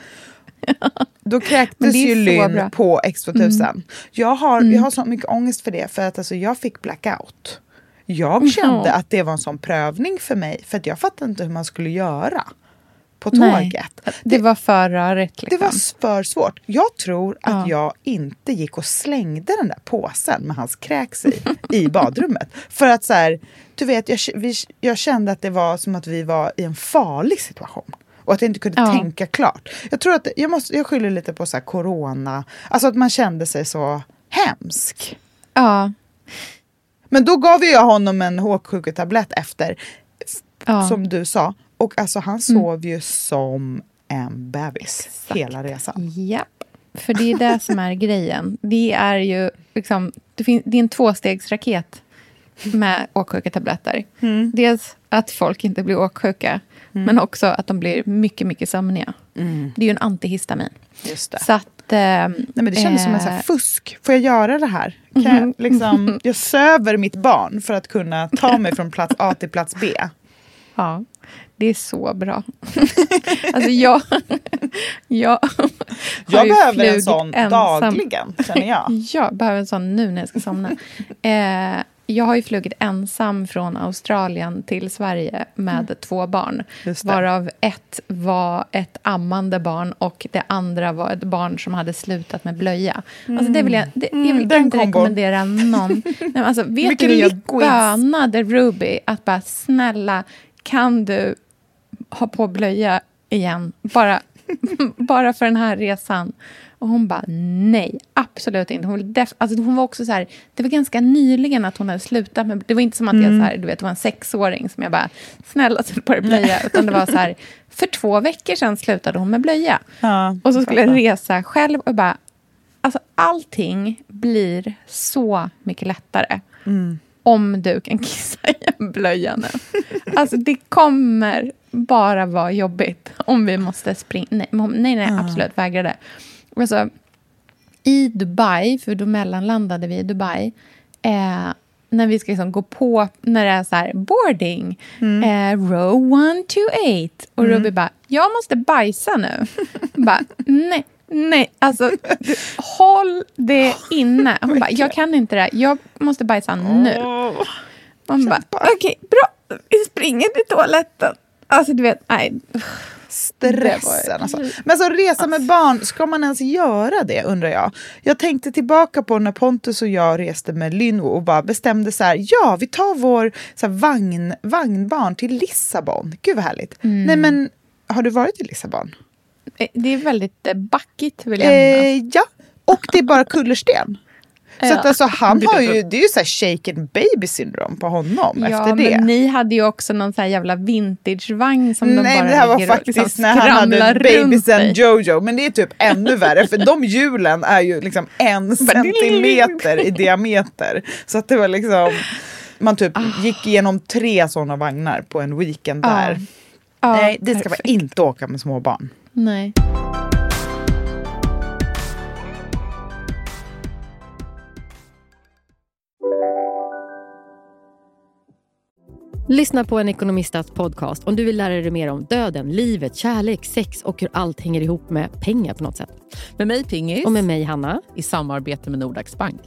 Då kräktes ju Lynn på X tvåtusen. Mm. Jag, har, mm. jag har så mycket ångest för det för att alltså, jag fick blackout. Jag kände mm. att det var en sån prövning för mig. För att jag fattade inte hur man skulle göra på tåget. Nej, det, det var för rörigt. Liksom. Det var för svårt. Jag tror att ja. jag inte gick och slängde den där påsen med hans kräks i, i badrummet. För att så här, du vet, jag, vi, jag kände att det var som att vi var i en farlig situation. Och att jag inte kunde ja. tänka klart. Jag tror att jag, måste, jag skyller lite på så här corona. Alltså att man kände sig så hemsk. Ja. Men då gav jag honom en hårsjuketablett efter. Ja. Som du sa. Och alltså han sov mm. ju som en bebis. Exakt. Hela resan. Japp. För det är det som är grejen. Det är ju liksom, det, fin- det är en tvåstegsraket med åksjuketabletter. Mm. Dels att folk inte blir åksjuka. Mm. Men också att de blir mycket, mycket sömniga. Mm. Det är ju en antihistamin. Just det. Så att... Eh, Nej, men det kändes eh, som en så här fusk. Får jag göra det här? Kan jag, liksom, jag söver mitt barn för att kunna ta mig från plats A till plats B. Ja, det är så bra. Alltså jag... jag jag behöver en sån ensam. dagligen, känner jag. Jag behöver en sån nu när jag ska somna. Eh, jag har ju flugit ensam från Australien till Sverige med mm. två barn. Varav ett var ett ammande barn och det andra var ett barn som hade slutat med blöja. Mm. Alltså det vill jag, det, jag vill mm, inte rekommendera någon. Nej, alltså, vet Mycket du hur jag bönade Ruby att bara snälla, kan du ha på blöja igen? Bara, bara för den här resan. Och hon bara, nej, absolut inte. Hon, def- alltså, hon var också så här, det var ganska nyligen att hon hade slutat. Men det var inte som att mm. jag så här, du vet, det var en sexåring som jag bara, snälla sätt på det blöja. Utan det var så här, för två veckor sedan slutade hon med blöja. Ja, och så skulle jag resa själv och bara, alltså allting blir så mycket lättare. Mm. Om du kan kissa i en blöja nu. Alltså det kommer bara vara jobbigt om vi måste springa. Nej, nej, nej absolut, vägrar det. Alltså, i Dubai, för då mellanlandade vi i Dubai, eh, när vi ska liksom gå på, när det är så här boarding, mm. eh, row one to eight. Och mm. Ruby bara, jag måste bajsa nu. bara, nej, nej, alltså du, håll det inne. Hon bara, jag kan inte det, jag måste bajsa nu. Man bara, okej, okay, bra, vi springer till toaletten. Alltså du vet, nej. Stressen alltså. Men så resa med barn, ska man ens göra det, undrar jag. Jag tänkte tillbaka på när Pontus och jag reste med Lynn och bara bestämde så här, ja, vi tar vår så här, vagn, vagnbarn till Lissabon. Gud vad härligt. Mm. Nej men, har du varit i Lissabon? Det är väldigt backigt, vill jag eh, ja, och det är bara kullersten. Så ja. att alltså, han har ju, det är ju så här shaken baby syndrom på honom ja, efter det. Men ni hade ju också någon så här jävla vintagevagn som Nej, de bara det här var faktiskt liksom när han hade Babysen Jojo. Men det är typ ännu värre, för de hjulen är ju liksom en centimeter i diameter. Så att det var liksom, man typ ah. gick igenom tre sådana vagnar på en weekend där. Ah. Nej, det ska man inte åka med små barn. Nej. Lyssna på en ekonomistats podcast om du vill lära dig mer om döden, livet, kärlek, sex och hur allt hänger ihop med pengar på något sätt. Med mig Pingis. Och med mig Hanna. I samarbete med Nordax Bank.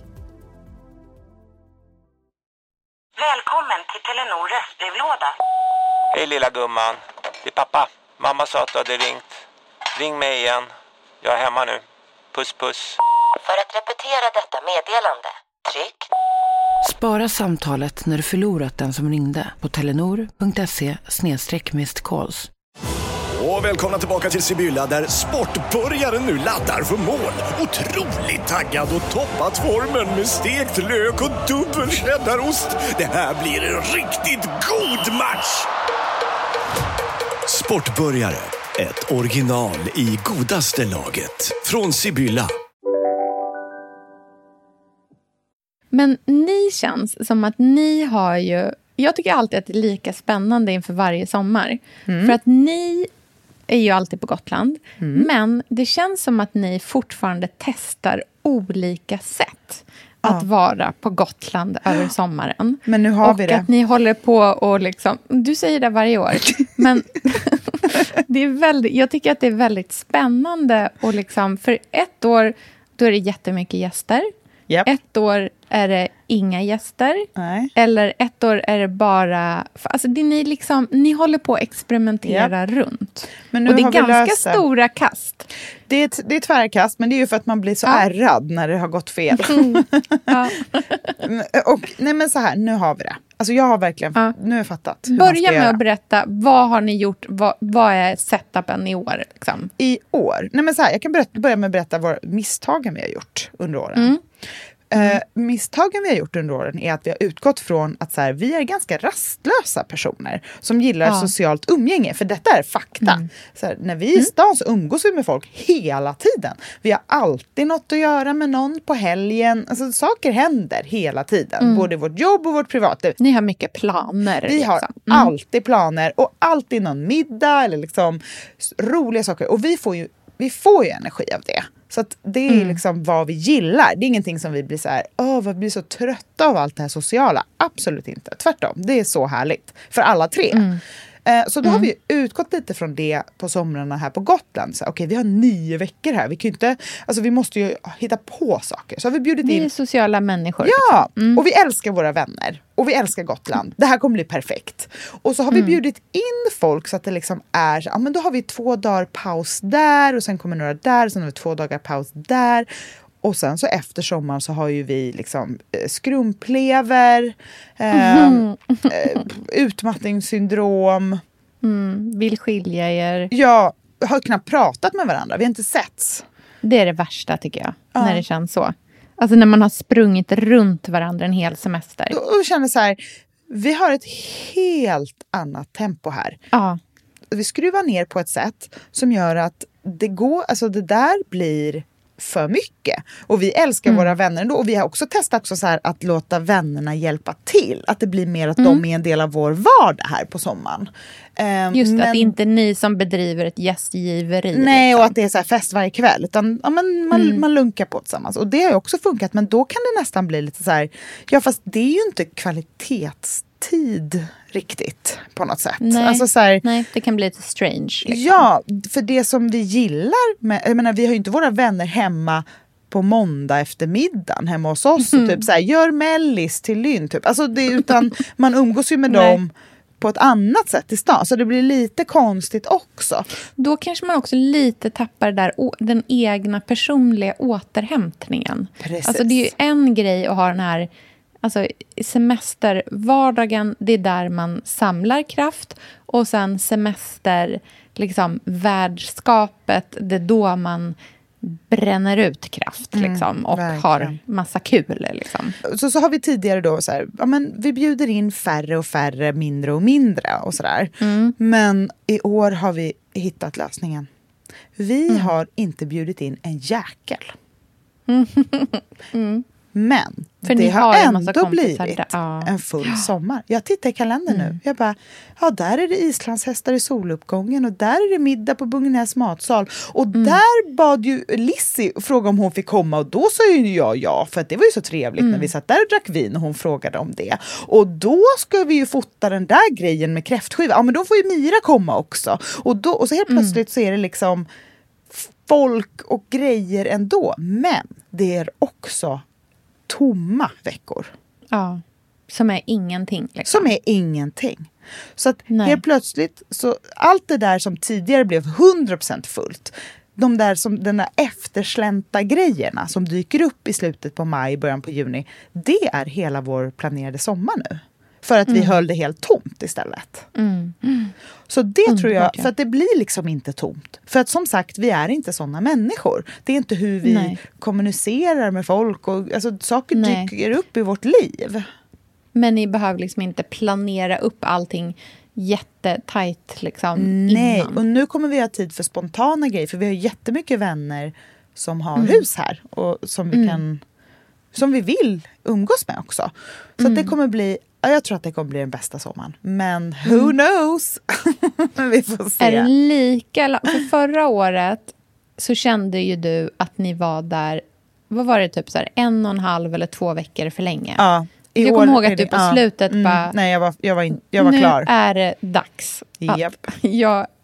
Välkommen till Telenor röstbrevlåda. Hej lilla gumman. Det är pappa. Mamma sa att du hade ringt. Ring mig igen. Jag är hemma nu. Puss puss. För att repetera detta meddelande, tryck. Spara samtalet när du förlorat den som ringde på telenor.se snedstreck missed calls. Och välkomna tillbaka till Sibylla där sportbörjaren nu laddar för mål. Otroligt taggad och toppat formen med stekt lök och dubbel cheddarost. Det här blir en riktigt god match! Sportbörjare, ett original i godaste laget. Från Sibylla. Men ni känns som att ni har ju... Jag tycker alltid att det är lika spännande inför varje sommar. Mm. För att ni är ju alltid på Gotland. Mm. Men det känns som att ni fortfarande testar olika sätt att ja. vara på Gotland över sommaren. Men nu har och vi det. Och att ni håller på och liksom... Du säger det varje år. Men det är väldigt, jag tycker att det är väldigt spännande. Och liksom, för ett år, då är det jättemycket gäster. Yep. Ett år är det inga gäster. Nej. Eller ett år är det bara... Alltså det, ni, liksom, ni håller på att experimentera ja. runt. Men nu och det är har ganska löst. stora kast. Det är, ett, det är tvära kast, men det är ju för att man blir så ja. ärrad när det har gått fel. Mm. Ja. och nej men så här, nu har vi det. Alltså jag har verkligen, ja. nu har jag fattat. Börja med göra. att berätta, vad har ni gjort, vad, vad är setupen i år? Liksom? I år? Nej men så här, jag kan berätta, börja med att berätta våra misstagen vi har gjort under åren. Mm. Uh, misstagen vi har gjort under åren är att vi har utgått från att så här, vi är ganska rastlösa personer som gillar ja. socialt umgänge, för detta är fakta. Mm. Så här, när vi är i stan så umgås vi med folk hela tiden. Vi har alltid något att göra med någon på helgen. Alltså, saker händer hela tiden, mm. både vårt jobb och vårt privatliv. Ni har mycket planer. Vi liksom. har mm. alltid planer och alltid någon middag eller liksom roliga saker. Och vi får ju, vi får ju energi av det. Så att det är mm. liksom vad vi gillar. Det är ingenting som vi blir så här, åh, vi blir så trötta av allt det här sociala. Absolut inte. Tvärtom. Det är så härligt. För alla tre. Mm. Eh, så då mm. har vi utgått lite från det på somrarna här på Gotland. Så, okej, vi har nio veckor här. Vi kan ju inte, alltså vi måste ju hitta på saker. Så har vi bjudit in... Vi är sociala människor. Ja, liksom. mm. och vi älskar våra vänner. Och vi älskar Gotland. Det här kommer bli perfekt. Och så har vi mm. bjudit in folk så att det liksom är... Ja, men då har vi två dagar paus där. Och sen kommer några där. Och sen har vi två dagar paus där. Och sen så efter sommaren så har ju vi liksom eh, skrumplever. Eh, mm. eh, utmattningssyndrom. Mm. Vill skilja er. Ja, har knappt pratat med varandra. Vi har inte setts. Det är det värsta tycker jag. Ja. När det känns så. Alltså när man har sprungit runt varandra en hel semester. Då, då känner jag så här, vi har ett helt annat tempo här. Ja. Vi skruvar ner på ett sätt som gör att det går, alltså det där blir för mycket. Och vi älskar mm. våra vänner ändå. Och vi har också testat också så här att låta vännerna hjälpa till. Att det blir mer att mm. de är en del av vår vardag här på sommaren. Um, Just men, att det inte är ni som bedriver ett gästgiveri. Nej, liksom. Och att det är så här fest varje kväll. Utan ja, men man, mm. man lunkar på tillsammans. Och det har ju också funkat. Men då kan det nästan bli lite så här, ja fast det är ju inte kvalitetstid riktigt på något sätt. Nej, alltså så här, nej det kan bli lite strange. Liksom. Ja, för det som vi gillar med, jag menar, vi har ju inte våra vänner hemma på måndag eftermiddagen hemma hos oss mm. och typ så här, gör mellis till Lynn typ. Alltså det, utan man umgås ju med dem på ett annat sätt i stan. Så det blir lite konstigt också. Då kanske man också lite tappar där, den egna personliga återhämtningen. Precis. Alltså det är ju en grej att ha den här alltså, semestervardagen, det är där man samlar kraft. Och sen semester, liksom värdskapet, det är då man bränner ut kraft liksom, mm, och verkligen. Har massa kul. Liksom. Så, så har vi tidigare då så här, ja, men vi bjuder in färre och färre, mindre och mindre och sådär. Mm. Men i år har vi hittat lösningen. Vi mm. har inte bjudit in en jäkel. Mm. mm. Men för det har, har ändå blivit ja. en full sommar. Jag tittar i kalendern mm. nu. Jag bara, ja där är det islandshästar i soluppgången och där är det middag på Bungenäs matsal. Och mm. där bad ju Lizzie fråga om hon fick komma och då sa ju jag ja. För att det var ju så trevligt mm. när vi satt där och drack vin och hon frågade om det. Och då ska vi ju fota den där grejen med kräftskiva. Ja men då får ju Mira komma också. Och, då, och så helt plötsligt mm. så är det liksom folk och grejer ändå. Men det är också tomma veckor. Ja, som är ingenting. Liksom. Som är ingenting. Så att Nej. helt plötsligt, så allt det där som tidigare blev hundra procent fullt, de där som, den där efterslänta grejerna som dyker upp i slutet på maj, början på juni, det är hela vår planerade sommar nu. För att mm. vi höll det helt tomt istället. Mm. Mm. Så det mm, tror jag, för att det blir liksom inte tomt. För att som sagt, vi är inte sådana människor. Det är inte hur vi Nej. kommunicerar med folk. Och, alltså, saker Nej. dyker upp i vårt liv. Men ni behöver liksom inte planera upp allting jättetajt liksom Nej, innan. Och nu kommer vi ha tid för spontana grejer. För vi har jättemycket vänner som har mm. hus här. Och som vi, mm. kan, som vi vill umgås med också. Så mm. att det kommer bli... Jag tror att det kommer bli den bästa sommaren. Men who mm. knows? Vi får se. Är det lika... För förra året så kände ju du att ni var där... Vad var det? Typ så här, en och en halv eller två veckor för länge. Ja. I jag kommer ihåg att du på ja. slutet mm. bara... Nej, jag var, jag var, in, jag var nu klar. Nu är det dags. Yep. Jag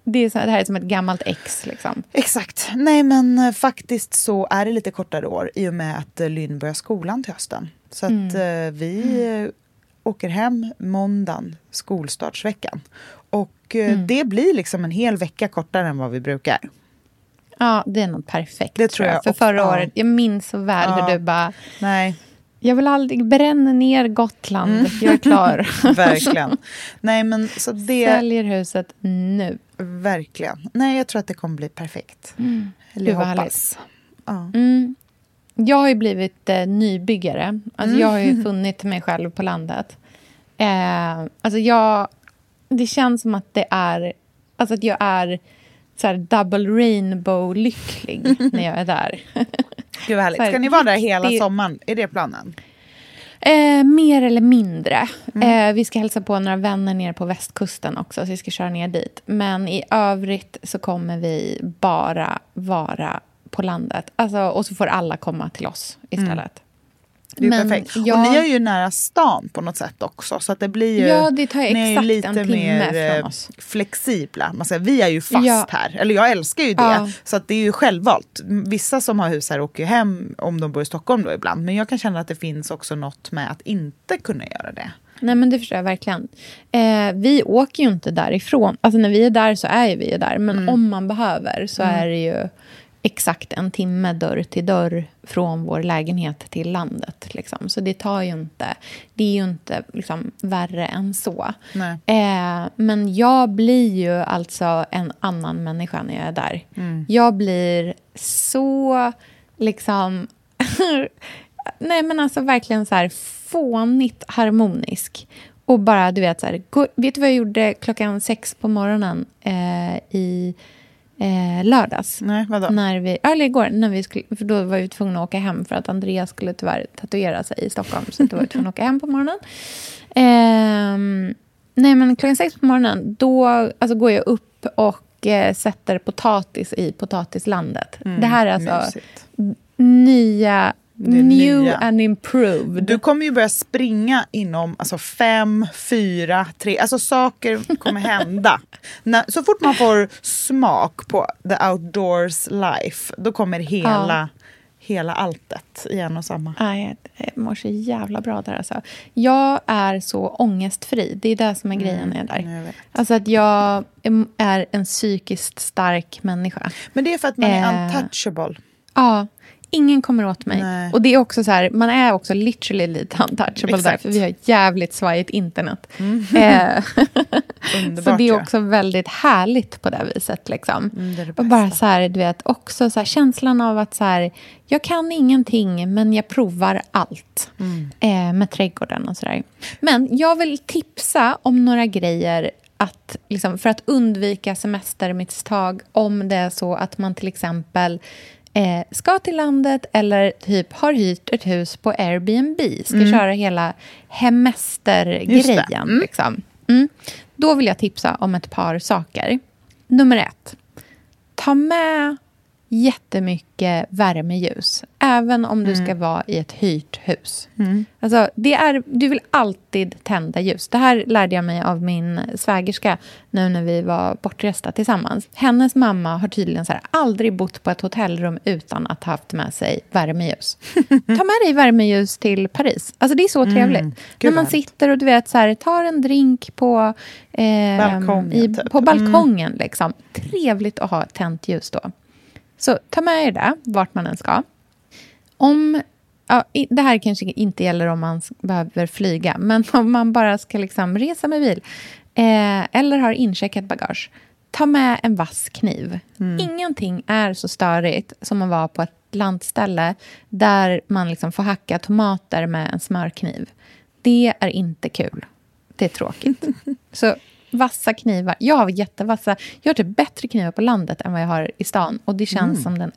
Det, är så, det här är som ett gammalt ex liksom. Exakt. Nej, men faktiskt så är det lite kortare år i och med att Lynn börjar skolan till hösten. Så att mm. eh, vi mm. åker hem måndagen, skolstartsveckan. Och eh, mm. det blir liksom en hel vecka kortare än vad vi brukar. Ja, det är nog perfekt. Det tror jag. jag. För förra ja. året, jag minns så väl ja. hur du bara... Nej. Jag vill aldrig bränna ner Gotland. Mm. Jag är klar. Verkligen. Nej, men så det... Säljer huset nu. Verkligen. Nej, jag tror att det kommer bli perfekt. Mm. Eller jag hoppas. Ja. Mm. Jag har ju blivit eh, nybyggare. Alltså mm. jag har ju funnit mig själv på landet. Eh, alltså jag... Det känns som att det är... Alltså att jag är så här double rainbow-lycklig när jag är där. Gud vad härligt. Ska ni vara där hela det... sommaren? Är det planen? Eh, mer eller mindre. Mm. Eh, vi ska hälsa på några vänner nere på västkusten också. Så vi ska köra ner dit. Men i övrigt så kommer vi bara vara på landet. Alltså, och så får alla komma till oss istället. Mm. Det är men perfekt. Jag... Och ni är ju nära stan på något sätt också. Så att det blir ju... Ja, det tar ju exakt lite en timme mer från oss. Flexibla. Man säger, vi är ju fast ja. här. Eller jag älskar ju det. Ja. Så att det är ju självvalt. Vissa som har hus här åker ju hem om de bor i Stockholm då ibland. Men jag kan känna att det finns också något med att inte kunna göra det. Nej, men det förstår jag verkligen. Eh, vi åker ju inte därifrån. Alltså när vi är där så är vi ju där. Men mm. om man behöver så mm. är det ju... exakt en timme dörr till dörr från vår lägenhet till landet. Liksom. Så det tar ju inte... Det är ju inte liksom, värre än så. Eh, men jag blir ju alltså en annan människa när jag är där. Mm. Jag blir så liksom... nej, men alltså verkligen så här fånigt harmonisk. Och bara, du vet så här... Gå, vet du vad jag gjorde klockan sex på morgonen eh, i... Eh, lördags. Nej, vadå? När vi, eller igår, när vi skulle, för då var vi tvungna att åka hem för att Andreas skulle tyvärr tatuera sig i Stockholm. Så då var vi tvungna att åka hem på morgonen. Eh, nej, men klockan sex på morgonen, då alltså, går jag upp och eh, sätter potatis i potatislandet. Mm, det här är alltså mysigt. nya... New nya. And improved. Du kommer ju börja springa inom alltså fem, fyra, tre. Alltså saker kommer hända. När, så fort man får smak på the outdoors life, då kommer hela, ja. hela alltet igen och samma. Nej, jag mår så jävla bra där alltså. Jag är så ångestfri. Det är det som är grejen mm, där. Jag vet. Alltså att jag är en psykiskt stark människa. Men det är för att man är eh, untouchable. Ja. Ingen kommer åt mig. Nej. Och det är också så här, man är också literally lite untouchable där, för vi har jävligt svajigt internet. Mm. Eh, så det är också ja. väldigt härligt på det viset liksom. Mm, det är det och bara så här, du vet, också så här, känslan av att så här, jag kan ingenting men jag provar allt mm. eh, med trädgården och så där. Men jag vill tipsa om några grejer att, liksom, för att undvika semestermisstag om det är så att man till exempel Eh, ska till landet eller typ har hyrt ett hus på Airbnb. Ska mm. köra hela hemestergrejen. Mm. Liksom. Mm. Då vill jag tipsa om ett par saker. Nummer ett. Ta med jättemycket värmeljus. Även om du mm. ska vara i ett hyrt hus. Mm. Alltså, det är, du vill alltid tända ljus. Det här lärde jag mig av min svägerska nu när vi var bortresta tillsammans. Hennes mamma har tydligen så här, aldrig bott på ett hotellrum utan att ha haft med sig värmeljus. Ta med dig värmeljus till Paris. Alltså det är så trevligt. Mm. När man sitter och du vet så här, tar en drink på, eh, balkongen, i, typ. på balkongen. Mm. Liksom. Trevligt att ha tänt ljus då. Så ta med er det, vart man än ska. Om, ja, det här kanske inte gäller om man behöver flyga. Men om man bara ska liksom resa med bil. Eh, eller har incheckat bagage. Ta med en vass kniv. Mm. Ingenting är så störigt som att vara på ett landställe. Där man liksom får hacka tomater med en smörkniv. Det är inte kul. Det är tråkigt. Så... vassa knivar. Jag har jättevassa. Jag har typ bättre knivar på landet än vad jag har i stan. Och det känns mm. som den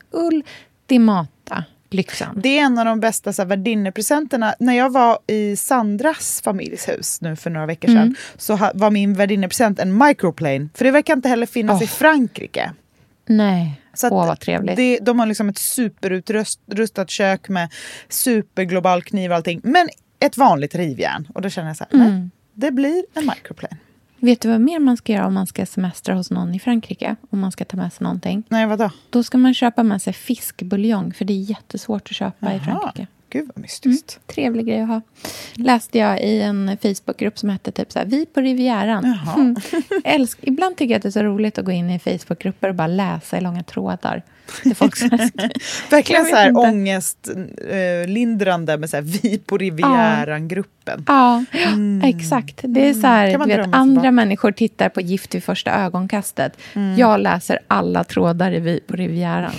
ultimata lyxen. Det är en av de bästa så här, värdinnepresenterna. När jag var i Sandras familjs hus nu för några veckor sedan. Mm. Så ha, var min värdinnepresent en microplane. För det verkar inte heller finnas oh. i Frankrike. Nej. Så att Åh, vad trevligt. Det, de har liksom ett superutrustat kök med superglobal kniv och allting. Men ett vanligt rivjärn. Och då känner jag så här, mm. nej, det blir en microplane. Vet du vad mer man ska göra om man ska semestra hos någon i Frankrike? Om man ska ta med sig någonting? Nej, vadå? Då ska man köpa med sig fiskbuljong. För det är jättesvårt att köpa Aha. i Frankrike. Gud vad mystiskt. Mm, trevlig grej att ha. Läste jag i en Facebookgrupp som hette typ så här, Vi på Rivieran. Mm. Älsk, ibland tycker jag att det är så roligt att gå in i Facebookgrupper och bara läsa i långa trådar. Det folk som verkligen så här ångestlindrande med så här, Vi på Rivieran-gruppen. Ja, ja mm. exakt. Det är så här, du vet, andra bara. Människor tittar på Gift vid första ögonkastet. Mm. Jag läser alla trådar i Vi på Rivieran.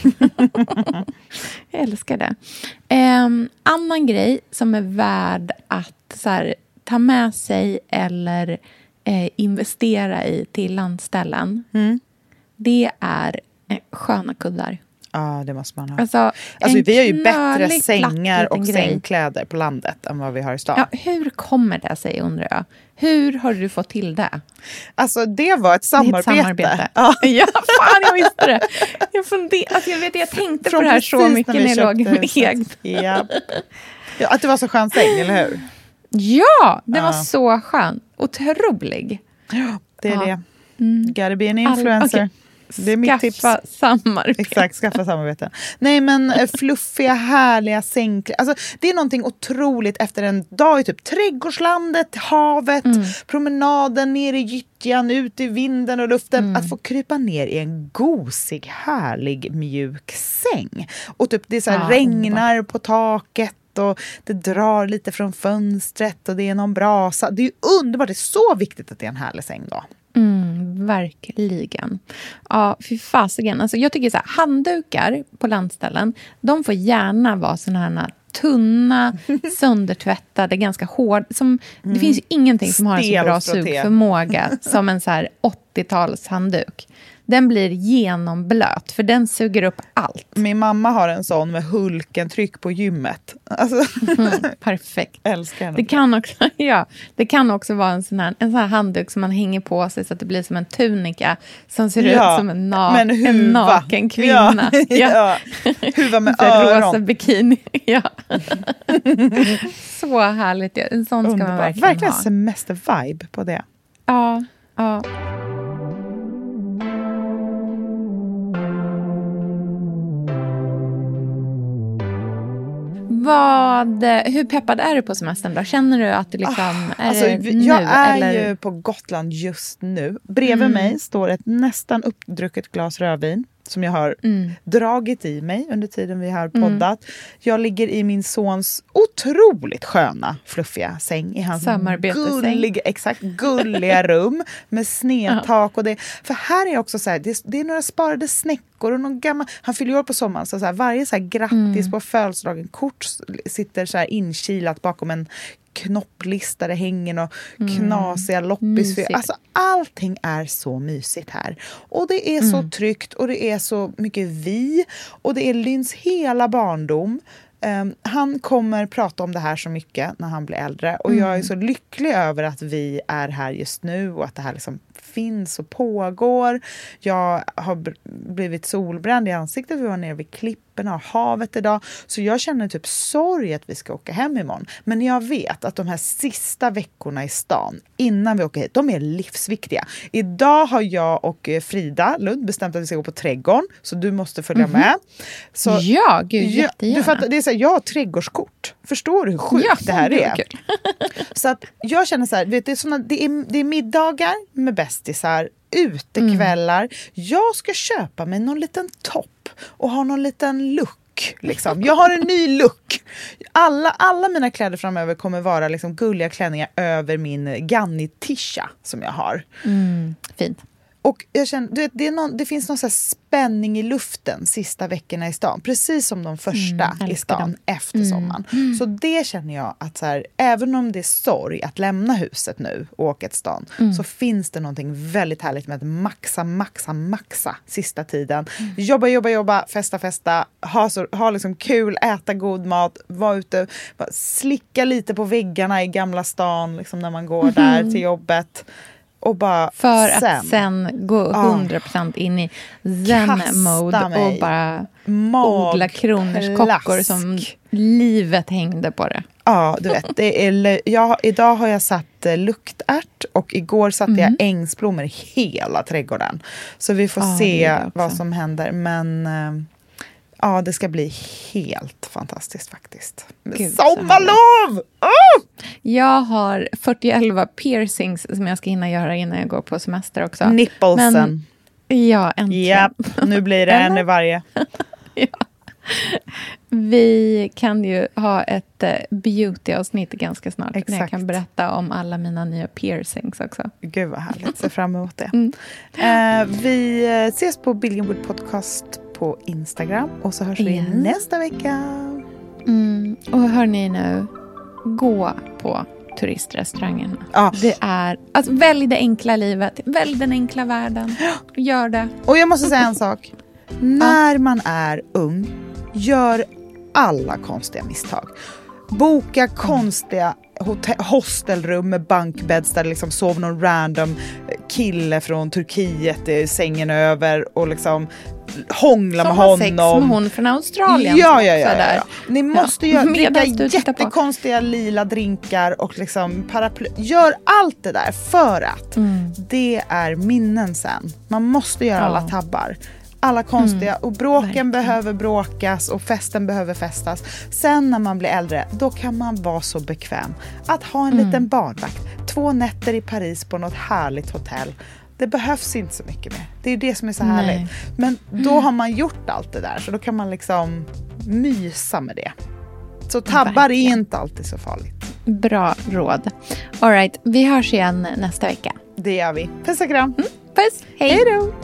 Jag älskar det. Um, annan grej som är värd att så här, ta med sig eller eh, investera i till landställen. Mm. Det är eh, sköna kuddar. Ja, det måste man ha. Alltså, alltså vi har ju bättre sängar och grej. Sängkläder på landet än vad vi har i stan. Ja, hur kommer det sig, undrar jag? Hur har du fått till det? Alltså, det var ett samarbete. Det är ett samarbete. Ja. ja, fan, jag visste det. Jag, funder, alltså, jag, vet, jag tänkte Från på det här så mycket när, när jag låg i min egen. Ja. Ja, att det var så skön säng, eller hur? Ja, det ja. var så skön. Otrolig. Ja, det är ja. det. Mm. Gotta be an influencer. All, okay. Det är mitt tips. Skaffa samarbete. Exakt, skaffa samarbete. Nej, men fluffiga, härliga sängkläder. Alltså, det är någonting otroligt efter en dag i typ trädgårdslandet, havet, mm. promenaden ner i gyttjan, ut i vinden och luften. Mm. Att få krypa ner i en gosig, härlig, mjuk säng. Och typ det är så här, ja, regnar underbar. På taket. Och det drar lite från fönstret och det är någon brasa. Det är ju underbart, det är så viktigt att det är en härlig säng då. Mm, verkligen. Ja, fy fasiken. Alltså, jag tycker så här, handdukar på landställen, de får gärna vara såna här tunna, söndertvättade, ganska hård. Som, mm. Det finns ju ingenting som har en så bra sugförmåga som en så här åttio-tals handduk. Den blir genomblöt, för den suger upp allt. Min mamma har en sån med Hulken-tryck på gymmet. Alltså. Mm, perfekt. Älskar henne. Det kan också, ja, det kan också vara en sån här, en sån här handduk som man hänger på sig så att det blir som en tunika som ser ja, ut som en, na- en, en naken kvinna. Ja, ja. Ja. Huva med öron. Rosa bikini. Ja. Så härligt. En sån ska Underbar. Man verkligen, verkligen ha. Semester-vibe på det. Ja, ja. Vad, hur peppad är du på semestern då? Känner du att du liksom är alltså, det nu? Jag är eller? ju på Gotland just nu. Bredvid mm. mig står ett nästan uppdrucket glas rödvin som jag har mm. dragit i mig under tiden vi har poddat. Mm. Jag ligger i min sons otroligt sköna, fluffiga säng i hans gulliga, exakt, gulliga rum med snedtak. Och det, för här är också så här, det, det är några sparade snäckor och någon gammal, han fyller år på sommaren så, så här, varje så här grattis mm. på födelsedagen kort sitter så här inkilat bakom en knopplista, det hänger och mm. knasiga loppis. Alltså allting är så mysigt här. Och det är mm. så tryggt och det är så mycket vi. Och det är Lynns hela barndom. Um, han kommer prata om det här så mycket när han blir äldre. Och mm. jag är så lycklig över att vi är här just nu och att det här liksom finns och pågår. Jag har blivit solbränd i ansiktet. Vi var nere vid klipporna och havet idag. Så jag känner typ sorg att vi ska åka hem imorgon. Men jag vet att de här sista veckorna i stan innan vi åker hit, de är livsviktiga. Idag har jag och Frida Lund bestämt att vi ska gå på trädgården. Så du måste följa mm-hmm. med. Så, ja, gud, jättegärna. Du fattar, det är så här, jag har trädgårdskort. Förstår du hur sjukt ja, det här är? är? Så att jag känner så här, vet, det, är såna, det, är, det är middagar med bästisar, utekvällar. Mm. Jag ska köpa mig någon liten topp och ha någon liten look. Liksom. Jag har en ny look. Alla, alla mina kläder framöver kommer vara liksom gulliga klänningar över min Ganni-tisha som jag har. Mm, fint. Och jag känner, du vet, det, är någon, det finns någon så här spänning i luften sista veckorna i stan. Precis som de första mm, i stan dem. Efter mm. sommaren. Mm. Så det känner jag att så här, även om det är sorg att lämna huset nu och åka till stan. Mm. Så finns det någonting väldigt härligt med att maxa, maxa, maxa sista tiden. Mm. Jobba, jobba, jobba, festa, festa. Ha, så, ha liksom kul, äta god mat. Vara ute, slicka lite på väggarna i Gamla stan. Liksom när man går mm. där till jobbet. Och bara för sen. att sen gå hundra procent in i zen-mode och bara Mag, odla kroners kockor som livet hängde på det. Ja, du vet. Det är, jag, idag har jag satt eh, luktärt och igår satte Mm. jag ängsblommor i hela trädgården. Så vi får Ja, det se gör jag också. vad som händer. Men eh, ja, det ska bli helt fantastiskt faktiskt. Gud, så sommarlov! Oh! Jag har fyrtioelva piercings som jag ska hinna göra innan jag går på semester också. Nippelsen. Men, ja, äntligen. Japp, nu blir det en i varje. Ja. Vi kan ju ha ett eh, beauty-avsnitt ganska snart. När jag kan berätta om alla mina nya piercings också. Gud vad härligt, ser fram emot det. Mm. Eh, vi ses på Billingwood Podcast på Instagram. Och så hörs vi Yes. nästa vecka. Mm. Och hörni nu, gå på turistrestaurangen. Ja. Det är, alltså, välj det enkla livet, välj den enkla världen. Gör det. Och jag måste säga en sak. När man är ung, gör alla konstiga misstag. Boka konstiga hotell, hostelrum med bankbädds där det liksom sov någon random kille från Turkiet i sängen över och liksom hångla med Som har sex honom. med hon från Australien. Ja, ja, ja, ja, Sådär. ja. Ni måste Ja, göra medan dricka du tittar på. jättekonstiga lila drinkar och liksom paraply. Gör allt det där för att Mm. det är minnen sen. Man måste göra Ja. alla tabbar. Alla konstiga. Mm. Och bråken Verkligen. behöver bråkas och festen behöver festas. Sen när man blir äldre, då kan man vara så bekväm. Att ha en Mm. liten barnvakt. Två nätter i Paris på något härligt hotell. Det behövs inte så mycket mer. Det är det som är så härligt. Nej. Men då har man gjort allt det där. Så då kan man liksom mysa med det. Så tabbar Verkligen. är inte alltid så farligt. Bra råd. All right, vi hörs igen nästa vecka. Det gör vi. Puss och kram. Mm. Puss, hej. Hej då.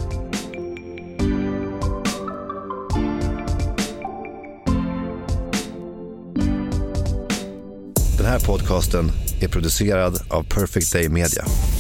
Den här podcasten är producerad av Perfect Day Media.